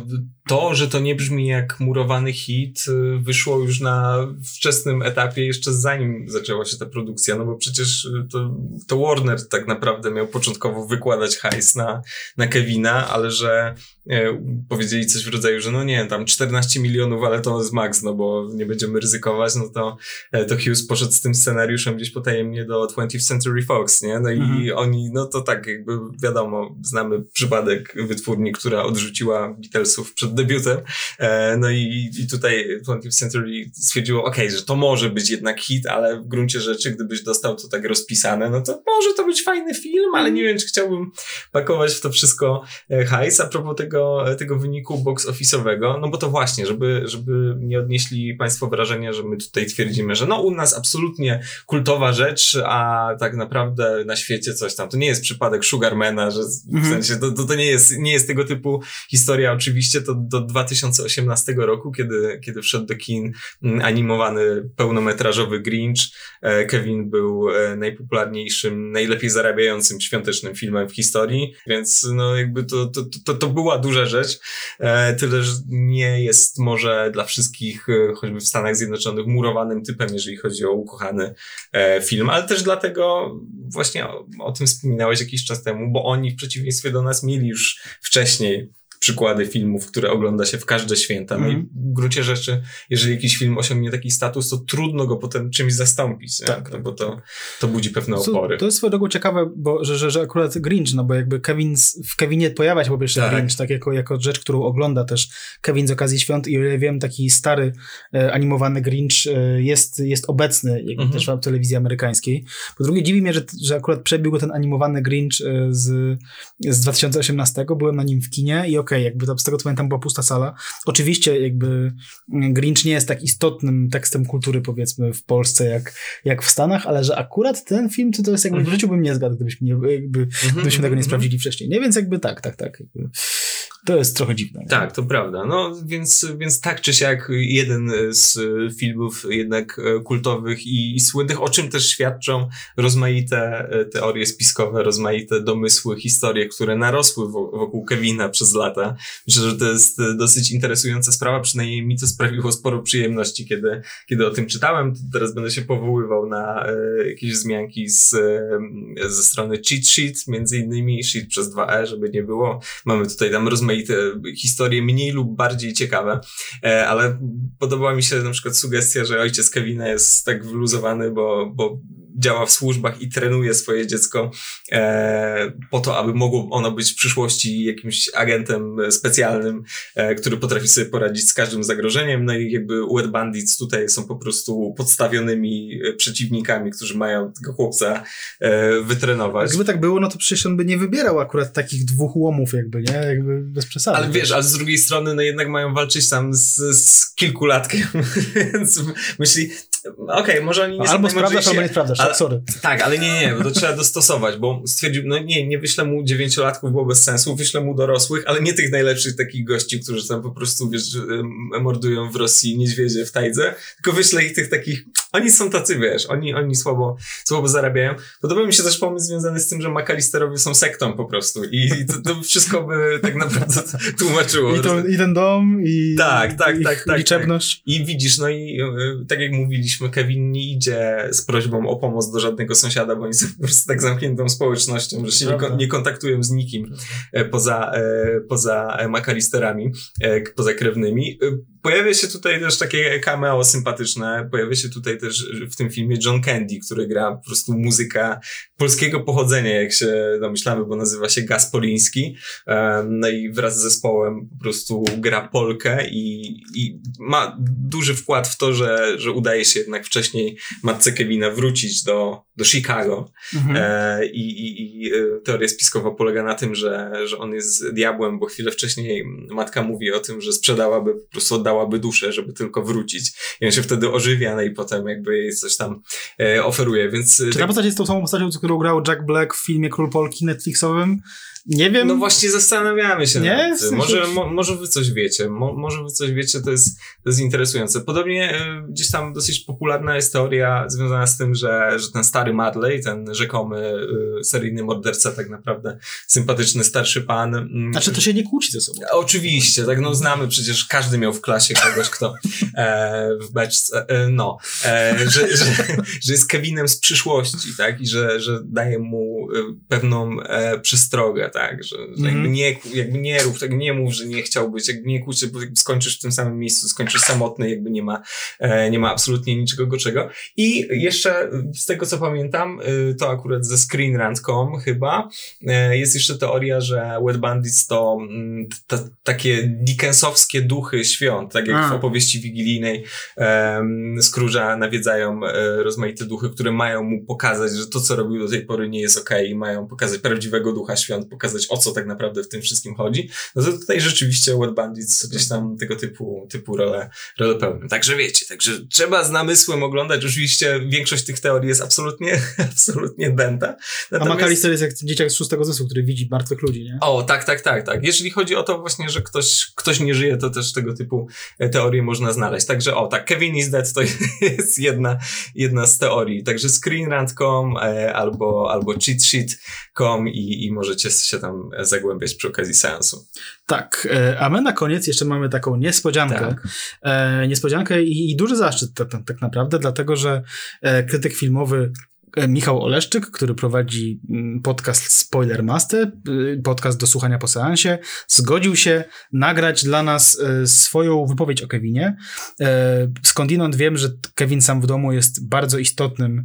to, że to nie brzmi jak murowany hit, wyszło już na wczesnym etapie, jeszcze zanim zaczęła się ta produkcja, no bo przecież to, to Warner tak naprawdę miał początkowo wykładać hajs na, na Kevina, ale że e, powiedzieli coś w rodzaju, że no nie, tam czternaście milionów, ale to jest max, no bo nie będziemy ryzykować, no to, e, to Hughes poszedł z tym scenariuszem gdzieś potajemnie do twentieth Century Fox, nie? No mhm. i oni, no to tak jakby wiadomo, znamy przypadek wytwórni, która odrzuciła Beatlesów przed debiutem, e, no i, i tutaj twentieth Century stwierdziło, okej, okay, że to może być jednak hit, ale w gruncie rzeczy, gdybyś dostał to tak rozpisane, no to może to być fajny film, ale nie wiem, czy chciałbym pakować w to wszystko hajs. A propos tego, tego wyniku box office'owego, no bo to właśnie, żeby, żeby nie odnieśli państwo wrażenia, że my tutaj twierdzimy, że no u nas absolutnie kultowa rzecz, a tak naprawdę na świecie coś tam. To nie jest przypadek Sugarmana, że w sensie to, to, to nie jest, nie jest tego typu historia. Oczywiście to do dwa tysiące osiemnastego roku, kiedy, kiedy wszedł do kin animowany pełnometrażowy Grinch, Kevin był najpopularniejszym, najlepiej zarabiającym świątecznym filmem w historii, więc no jakby to, to, to, to była duża rzecz, e, tyle, że nie jest może dla wszystkich, e, choćby w Stanach Zjednoczonych, murowanym typem, jeżeli chodzi o ukochany e, film, ale też dlatego właśnie o, o tym wspominałeś jakiś czas temu, bo oni w przeciwieństwie do nas mieli już wcześniej przykłady filmów, które ogląda się w każde święta. No mm. i w gruncie rzeczy, jeżeli jakiś film osiągnie taki status, to trudno go potem czymś zastąpić, nie? Tak, no bo to, to budzi pewne opory. To jest swoją drogą ciekawe, bo, że, że, że akurat Grinch, no bo jakby Kevin, w Kevinie pojawia się po pierwsze tak. Grinch, tak jako, jako rzecz, którą ogląda też Kevin z okazji świąt i o ile wiem, taki stary e, animowany Grinch e, jest, jest obecny jakby mm-hmm. też w telewizji amerykańskiej. Po drugie dziwi mnie, że, że akurat przebił go ten animowany Grinch e, z, z dwa tysiące osiemnastego. Byłem na nim w kinie i okej, okay, jakby to, z tego co pamiętam była pusta sala. Oczywiście jakby Grinch nie jest tak istotnym tekstem kultury powiedzmy w Polsce jak, jak w Stanach, ale że akurat ten film to, to jest jakby mm-hmm. w życiu bym nie zgadł, gdybyśmy, nie, jakby, mm-hmm, gdybyśmy tego nie mm-hmm. sprawdzili wcześniej. Nie, więc jakby tak, tak, tak. Jakby. To jest trochę dziwne. Tak, to prawda. No więc, więc tak czy siak jeden z filmów jednak kultowych i, i słynnych, o czym też świadczą rozmaite teorie spiskowe, rozmaite domysły, historie, które narosły wokół Kevina przez lata. Myślę, że to jest dosyć interesująca sprawa, przynajmniej mi to sprawiło sporo przyjemności, kiedy, kiedy o tym czytałem. Teraz będę się powoływał na e, jakieś wzmianki z, e, ze strony Cheat Sheet, między innymi Sheet przez dwa E, żeby nie było. Mamy tutaj tam rozmaite historie mniej lub bardziej ciekawe, e, ale podobała mi się na przykład sugestia, że ojciec Kevina jest tak wyluzowany, bo, bo działa w służbach i trenuje swoje dziecko e, po to, aby mogło ono być w przyszłości jakimś agentem specjalnym, e, który potrafi sobie poradzić z każdym zagrożeniem. No i jakby Wet Bandits tutaj są po prostu podstawionymi przeciwnikami, którzy mają tego chłopca e, wytrenować. Gdyby tak było, no to przecież on by nie wybierał akurat takich dwóch łomów jakby, nie? Jakby bez przesady. Ale wiesz, ale z drugiej strony no jednak mają walczyć tam z, z kilkulatkiem, więc myśli, okej, okay, może oni nie no, albo są sprawdzasz, albo nie sprawdzasz, ale, sorry. Tak, ale nie, nie, bo to trzeba dostosować, bo stwierdził, no nie, nie wyślę mu dziewięciolatków, bo bez sensu, wyślę mu dorosłych, ale nie tych najlepszych takich gości, którzy tam po prostu, wiesz, mordują w Rosji niedźwiedzie w tajdze, tylko wyślę ich tych takich, oni są tacy, wiesz, oni, oni słabo, słabo zarabiają. Podoba mi się też pomysł związany z tym, że McAllisterowie są sektą po prostu i to, to wszystko by tak naprawdę tłumaczyło. I, to, i ten dom, i, tak, tak, i tak, tak, liczebność. Tak. I widzisz, no i tak jak mówiliśmy, Kevin nie idzie z prośbą o pomoc do żadnego sąsiada, bo oni są po prostu tak zamkniętą społecznością, że się nie, nie kontaktują z nikim poza, poza McAllisterami, poza krewnymi. Pojawia się tutaj też takie cameo sympatyczne, pojawia się tutaj też w tym filmie John Candy, który gra po prostu muzyka polskiego pochodzenia, jak się domyślamy, bo nazywa się Gaz Poliński. No i wraz z zespołem po prostu gra polkę i, i ma duży wkład w to, że, że udaje się jednak wcześniej matce Kevina wrócić do, do Chicago. Mhm. E, i, i, I teoria spiskowa polega na tym, że, że on jest diabłem, bo chwilę wcześniej matka mówi o tym, że sprzedałaby, po prostu oddałaby duszę, żeby tylko wrócić. I on się wtedy ożywia, no i potem jakby jej coś tam e, oferuje, więc... Czy tak... ta postać jest tą samą postacią, którą grał Jack Black w filmie Król Polki Netflixowym? Nie wiem. No właśnie zastanawiamy się nie? nad tym. Może, mo, może wy coś wiecie. Mo, może wy coś wiecie, to jest, to jest interesujące. Podobnie y, gdzieś tam dosyć popularna jest teoria związana z tym, że, że ten stary Marley, ten rzekomy y, seryjny morderca, tak naprawdę sympatyczny starszy pan. Y, znaczy to się nie kłóci ze sobą. Oczywiście, tak no znamy przecież, każdy miał w klasie kogoś, kto e, w beczce, e, no, e, że, że, że jest Kevinem z przyszłości, tak, i że, że daje mu pewną e, przestrogę, tak, że, że mm. jakby nie, jakby nie rób, tak nie mów, że nie chciał być, jakby nie kłóć się, bo skończysz w tym samym miejscu, skończysz samotny, jakby nie ma, e, nie ma absolutnie niczego gorszego. I jeszcze z tego, co pamiętam, to akurat ze screen rant kropka com chyba, e, jest jeszcze teoria, że Wet Bandits to t, t, takie dickensowskie duchy świąt, tak jak A. w opowieści wigilijnej e, Scrooge'a nawiedzają e, rozmaite duchy, które mają mu pokazać, że to, co robił do tej pory, nie jest okej, okay, i mają pokazać prawdziwego ducha świąt, pokazać, o co tak naprawdę w tym wszystkim chodzi. No to tutaj rzeczywiście Wet Bandits gdzieś tam tego typu, typu rolę, rolę pełnią. Także wiecie, także trzeba z namysłem oglądać. Oczywiście większość tych teorii jest absolutnie, absolutnie dęta. Natomiast... A McAllister jest jak dzieciak z szóstego zmysłu, który widzi martwych ludzi, nie? O, tak, tak, tak, tak. Jeżeli chodzi o to właśnie, że ktoś, ktoś nie żyje, to też tego typu teorie można znaleźć. Także o, tak, Kevin is dead to jest jedna, jedna z teorii. Także screen rant kropka com e, albo, albo cheat sheet kropka com i, i możecie się tam zagłębiać przy okazji seansu. Tak, e, a my na koniec jeszcze mamy taką niespodziankę. Tak. E, niespodziankę i, i duży zaszczyt tak, tak, tak naprawdę, dlatego że e, krytyk filmowy Michał Oleszczyk, który prowadzi podcast Spoiler Master, podcast do słuchania po seansie, zgodził się nagrać dla nas swoją wypowiedź o Kevinie. Skądinąd wiem, że Kevin sam w domu jest bardzo istotnym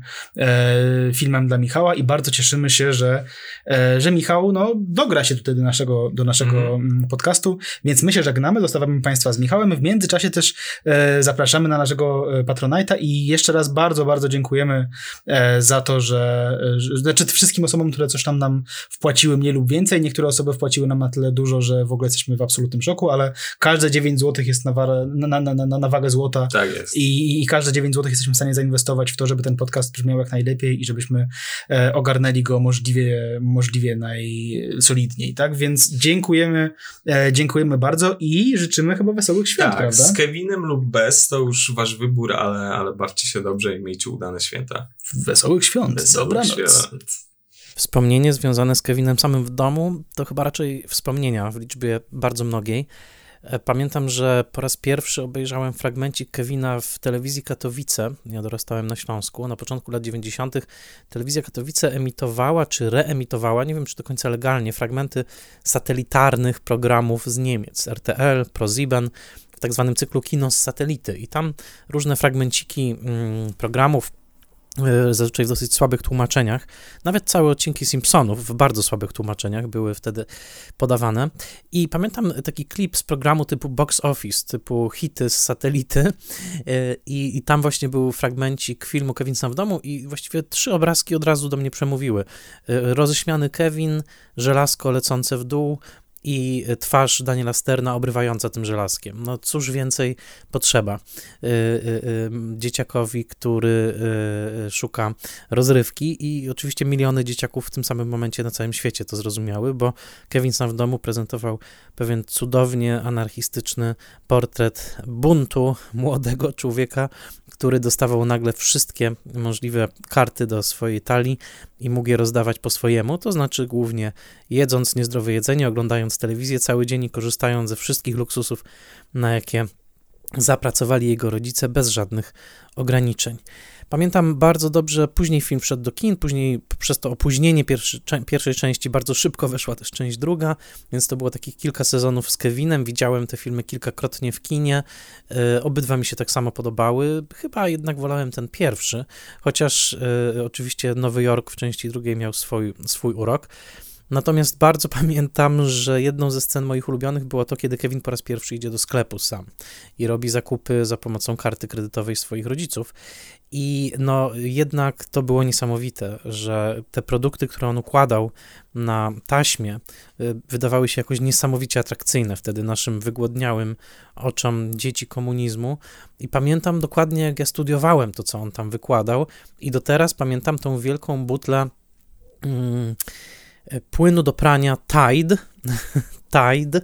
filmem dla Michała i bardzo cieszymy się, że, że Michał no, dogra się tutaj do naszego, do naszego mm. podcastu, więc my się żegnamy, zostawiamy Państwa z Michałem. W międzyczasie też zapraszamy na naszego Patronite'a i jeszcze raz bardzo, bardzo dziękujemy za za to, że, że znaczy wszystkim osobom, które coś tam nam wpłaciły mniej lub więcej. Niektóre osoby wpłaciły nam na tyle dużo, że w ogóle jesteśmy w absolutnym szoku, ale każde dziewięć złotych jest na, warę, na, na, na, na wagę złota. Tak jest. I, i każde dziewięć złotych jesteśmy w stanie zainwestować w to, żeby ten podcast brzmiał jak najlepiej i żebyśmy e, ogarnęli go możliwie, możliwie najsolidniej, tak? Więc dziękujemy, e, dziękujemy bardzo i życzymy chyba wesołych świąt, tak, prawda? Z Kevinem lub bez, to już wasz wybór, ale, ale bawcie się dobrze i miejcie udane święta. Wesołych świąt. Wesołych Dobranoc. świąt. Wspomnienie związane z Kevinem samym w domu to chyba raczej wspomnienia w liczbie bardzo mnogiej. Pamiętam, że po raz pierwszy obejrzałem fragmencik Kevina w telewizji Katowice. Ja dorastałem na Śląsku. Na początku lat dziewięćdziesiątych telewizja Katowice emitowała, czy reemitowała, nie wiem czy do końca legalnie, fragmenty satelitarnych programów z Niemiec. R T L, ProSieben, w tak zwanym cyklu Kino z satelity. I tam różne fragmenciki mm, programów, zazwyczaj w dosyć słabych tłumaczeniach. Nawet całe odcinki Simpsonów w bardzo słabych tłumaczeniach były wtedy podawane. I pamiętam taki klip z programu typu Box Office, typu hity z satelity i, i tam właśnie był fragmencik filmu Kevin sam w domu i właściwie trzy obrazki od razu do mnie przemówiły. Roześmiany Kevin, żelazko lecące w dół i twarz Daniela Sterna obrywająca tym żelazkiem. No cóż więcej potrzeba y, y, y, dzieciakowi, który y, szuka rozrywki i oczywiście miliony dzieciaków w tym samym momencie na całym świecie to zrozumiały, bo Kevin sam w domu prezentował pewien cudownie anarchistyczny portret buntu młodego człowieka, który dostawał nagle wszystkie możliwe karty do swojej talii i mógł je rozdawać po swojemu, to znaczy głównie jedząc niezdrowe jedzenie, oglądając telewizję cały dzień i korzystając ze wszystkich luksusów, na jakie zapracowali jego rodzice bez żadnych ograniczeń. Pamiętam bardzo dobrze, później film wszedł do kin, później przez to opóźnienie pierwszy, cze, pierwszej części bardzo szybko weszła też część druga, więc to było takich kilka sezonów z Kevinem, widziałem te filmy kilkakrotnie w kinie, e, obydwa mi się tak samo podobały, chyba jednak wolałem ten pierwszy, chociaż e, oczywiście Nowy Jork w części drugiej miał swój, swój urok. Natomiast bardzo pamiętam, że jedną ze scen moich ulubionych było to, kiedy Kevin po raz pierwszy idzie do sklepu sam i robi zakupy za pomocą karty kredytowej swoich rodziców. I no jednak to było niesamowite, że te produkty, które on układał na taśmie, wydawały się jakoś niesamowicie atrakcyjne wtedy naszym wygłodniałym oczom dzieci komunizmu. I pamiętam dokładnie, jak ja studiowałem to, co on tam wykładał i do teraz pamiętam tą wielką butlę mm, płynu do prania Tide, Tide,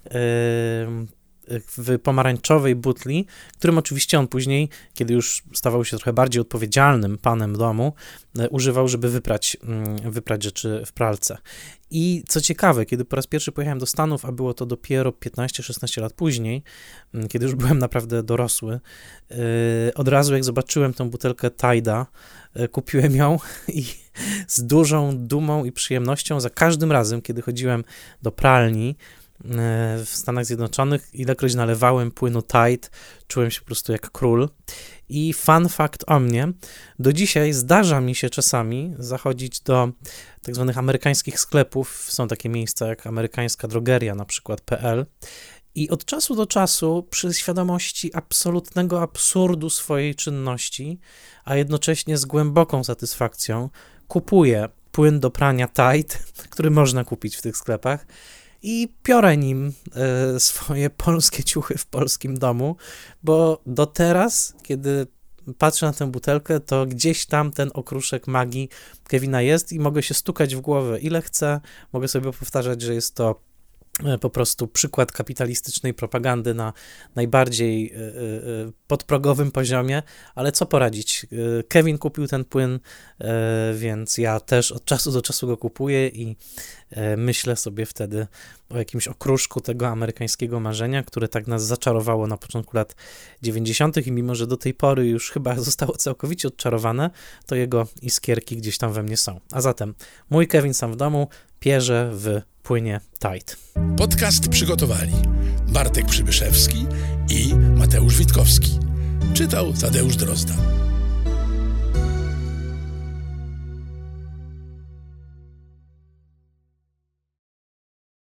w pomarańczowej butli, którym oczywiście on później, kiedy już stawał się trochę bardziej odpowiedzialnym panem domu, używał, żeby wyprać, wyprać rzeczy w pralce. I co ciekawe, kiedy po raz pierwszy pojechałem do Stanów, a było to dopiero piętnaście szesnaście lat później, kiedy już byłem naprawdę dorosły, od razu jak zobaczyłem tą butelkę Tide'a, kupiłem ją i z dużą dumą i przyjemnością za każdym razem, kiedy chodziłem do pralni w Stanach Zjednoczonych, ilekroć nalewałem płynu Tide, czułem się po prostu jak król. I fun fact o mnie, do dzisiaj zdarza mi się czasami zachodzić do tak zwanych amerykańskich sklepów, są takie miejsca jak amerykańska drogeria, na przykład P L, i od czasu do czasu przy świadomości absolutnego absurdu swojej czynności, a jednocześnie z głęboką satysfakcją kupuję płyn do prania Tide, który można kupić w tych sklepach, i piorę nim y, swoje polskie ciuchy w polskim domu, bo do teraz, kiedy patrzę na tę butelkę, to gdzieś tam ten okruszek magii Kevina jest i mogę się stukać w głowę ile chcę, mogę sobie powtarzać, że jest to po prostu przykład kapitalistycznej propagandy na najbardziej podprogowym poziomie, ale co poradzić? Kevin kupił ten płyn, więc ja też od czasu do czasu go kupuję i myślę sobie wtedy o jakimś okruszku tego amerykańskiego marzenia, które tak nas zaczarowało na początku lat dziewięćdziesiątych i mimo, że do tej pory już chyba zostało całkowicie odczarowane, to jego iskierki gdzieś tam we mnie są. A zatem mój Kevin sam w domu pierze w płynie Tide. Podcast przygotowali Bartek Przybyszewski i Mateusz Witkowski. Czytał Tadeusz Drozda.